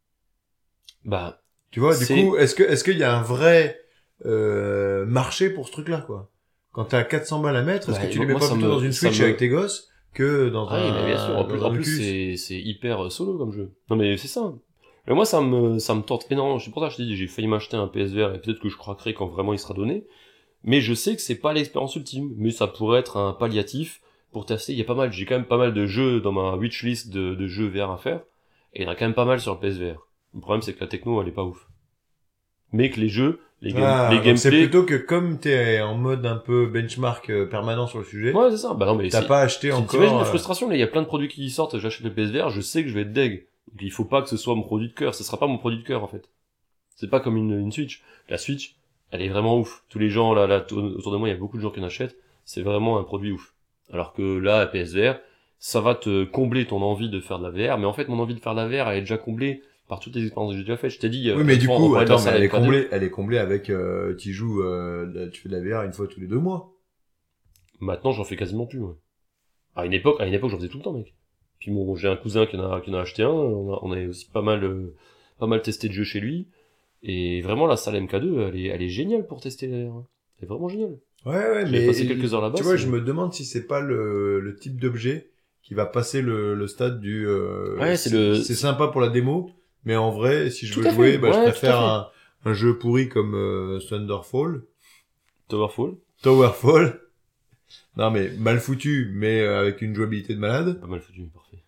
Bah, tu vois. Du C'est- coup est-ce que est-ce qu'il y a un vrai euh, marché pour ce truc là quoi? Quand t'as quatre cents balles à mettre, est-ce Ouais, que tu les moi, mets pas ça plutôt me- dans une ça Switch me- avec tes gosses que dans ah un oui, mais bien sûr. En plus, dans en un plus Oculus c'est, c'est hyper euh, solo comme jeu. Non, mais c'est ça. Mais moi, ça me, ça me tente énormément. C'est pour ça que je te dis, j'ai failli m'acheter un P S V R et peut-être que je craquerai quand vraiment il sera donné. Mais je sais que c'est pas l'expérience ultime. Mais ça pourrait être un palliatif pour tester. Il y a pas mal, j'ai quand même pas mal de jeux dans ma wishlist de, de jeux V R à faire. Et il y en a quand même pas mal sur le P S V R. Le problème, c'est que la techno, elle est pas ouf. Mais que les jeux, les, game, Ah, les donc c'est gameplays. plutôt que comme t'es en mode un peu benchmark euh, permanent sur le sujet, Ouais, c'est ça. Bah non, mais t'as c'est- pas acheté Tu- encore. T'imagines la euh, frustration, là, il y a plein de produits qui y sortent, j'achète le P S V R, je sais que je vais être deg. Donc il faut pas que ce soit mon produit de cœur, ce sera pas mon produit de cœur, en fait. C'est pas comme une, une Switch. La Switch, elle est vraiment ouf. Tous les gens, là, là, t- autour de moi, il y a beaucoup de gens qui en achètent. C'est vraiment un produit ouf. Alors que là, la P S V R, ça va te combler ton envie de faire de la V R, mais en fait, mon envie de faire de la V R, elle est déjà comblée par toutes les expériences que j'ai déjà faites. Je t'ai dit. Oui, mais du on coup, parlait de la attends, mais elle Salem est K deux. comblée, elle est comblée avec, euh, tu joues, euh, tu fais de la V R une fois tous les deux mois. Maintenant, j'en fais quasiment plus, ouais. À une époque, à une époque, j'en faisais tout le temps, mec. Puis bon, j'ai un cousin qui en a, qui en a acheté un, on a, on a aussi pas mal, euh, pas mal testé de jeux chez lui. Et vraiment, la salle M K deux, elle est, elle est géniale pour tester la V R. Elle est vraiment géniale. Ouais, ouais, J'ai mais passé quelques heures là-bas. tu vois, c'est- je me demande si c'est pas le, le type d'objet qui va passer le, le stade du. Euh, Ouais, c'est le- C'est sympa pour la démo, mais en vrai, si je Tout veux à fait, jouer, bah, ouais, je tout à préfère fait. un, un jeu pourri comme euh, Thunderfall, Towerfall. Towerfall. Non, mais mal foutu, mais euh, avec une jouabilité de malade. Pas mal foutu, parfait.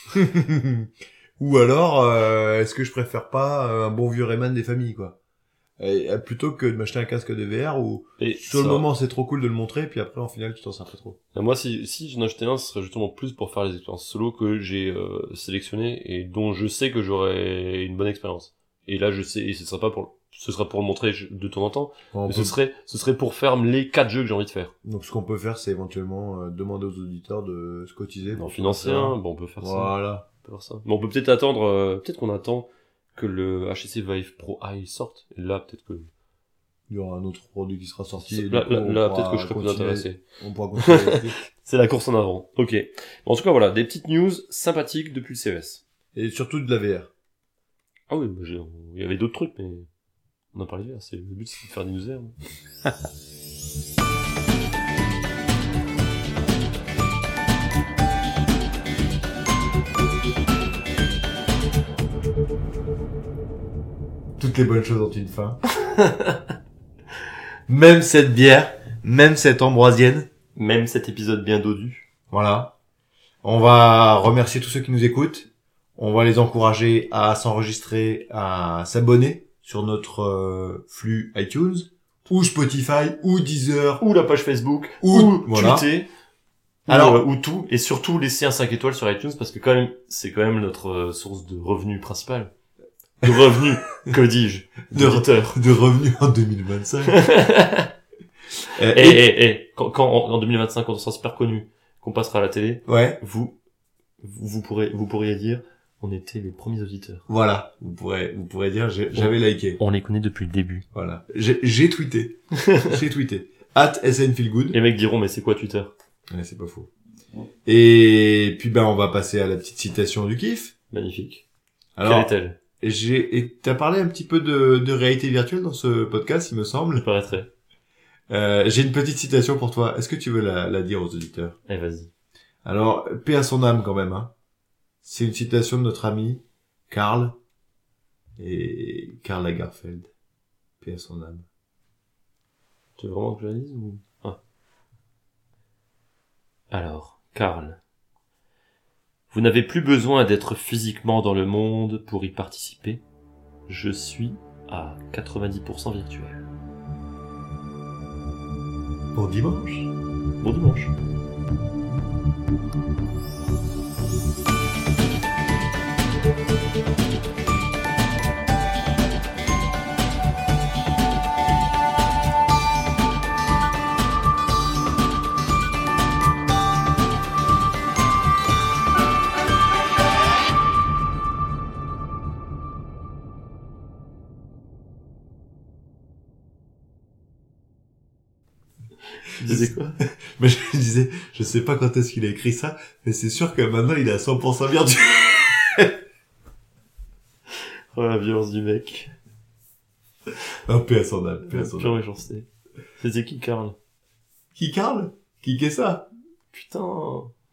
Ou alors, euh, est-ce que je préfère pas euh, un bon vieux Rayman des familles, quoi. Et, euh, plutôt que de m'acheter un casque de V R où Et sur le ça- moment c'est trop cool de le montrer, puis après en final tu t'en sers pas trop. Et moi, si, si j'en achetais un, ce serait justement plus pour faire les expériences solo que j'ai euh, sélectionnées et dont je sais que j'aurai une bonne expérience. Et là, je sais, et ce sera pas pour, ce sera pour le montrer de temps en temps, On mais peut- ce serait, ce serait pour faire les quatre jeux que j'ai envie de faire. Donc ce qu'on peut faire, c'est éventuellement euh, demander aux auditeurs de se cotiser. En pour financier, faire ça. bon, on peut faire ça. Voilà. On peut faire ça. Mais on peut peut-être attendre, euh, peut-être qu'on attend que le H T C Vive Pro I sorte. Et là, peut-être que, Il y aura un autre produit qui sera sorti. et du là, coup, là, on là, pourra peut-être que je serais plus continuer- intéressé. On pourra continuer. là-dessus. C'est la course en avant. Ok. Bon, en tout cas, voilà, des petites news sympathiques depuis le C E S. Et surtout de la V R. Ah oui, bah, j'ai- il y avait d'autres trucs, mais on en parlait hier. C'est le but, c'est de faire des news V R. Toutes les bonnes choses ont une fin. Même cette bière, même cette ambroisienne. Même cet épisode bien dodu. Voilà. On va remercier tous ceux qui nous écoutent. On va les encourager à s'enregistrer, à s'abonner sur notre euh, flux iTunes, ou Spotify, ou Deezer, Ou la page Facebook, ou, ou voilà. tweeter. Alors- ou, euh, ou tout, et surtout laisser un cinq étoiles sur iTunes parce que quand même, c'est quand même notre euh, source de revenus principale. De revenus, que dis-je, De re- d'auditeurs. de revenus en deux mille vingt-cinq. Euh, Et, et- et, et, quand, quand en, en deux mille vingt-cinq, quand on sera super connu, qu'on passera à la télé, Ouais, vous, vous, vous pourrez, vous pourriez dire, on était les premiers auditeurs. voilà. Vous pourrez, vous pourrez dire, j'ai- j'avais liké. On les connaît depuis le début. Voilà. J'ai j'ai tweeté. J'ai tweeté. At snfeelgood. Les mecs diront, mais c'est quoi Twitter? Ouais, c'est pas faux. Et puis, ben, on va passer à la petite citation du kiff. Magnifique. Alors, Quelle est-elle? j'ai, et t'as parlé un petit peu de, de réalité virtuelle dans ce podcast, il me Je semble. paraîtrais. Euh, j'ai une petite citation pour toi. Est-ce que tu veux la, la dire aux auditeurs? Eh, vas-y. Alors, paix à son âme quand même, hein. C'est une citation de notre ami Karl et Karl Lagerfeld. Paix à son âme. Tu veux vraiment que je la dise ou... Ah. Alors, Karl. Vous n'avez plus besoin d'être physiquement dans le monde pour y participer. Je suis à quatre-vingt-dix pour cent virtuel. Bon dimanche. Bon dimanche. Tu disais quoi? Mais je me disais, je sais pas quand est-ce qu'il a écrit ça, mais c'est sûr que maintenant il est à cent pour cent virtuel. Oh la violence du mec. Ah, paix à son âme, paix à son Pure âme. méchanceté. C'était qui, Karl? Qui Karl? Qui qu'est ça? Putain.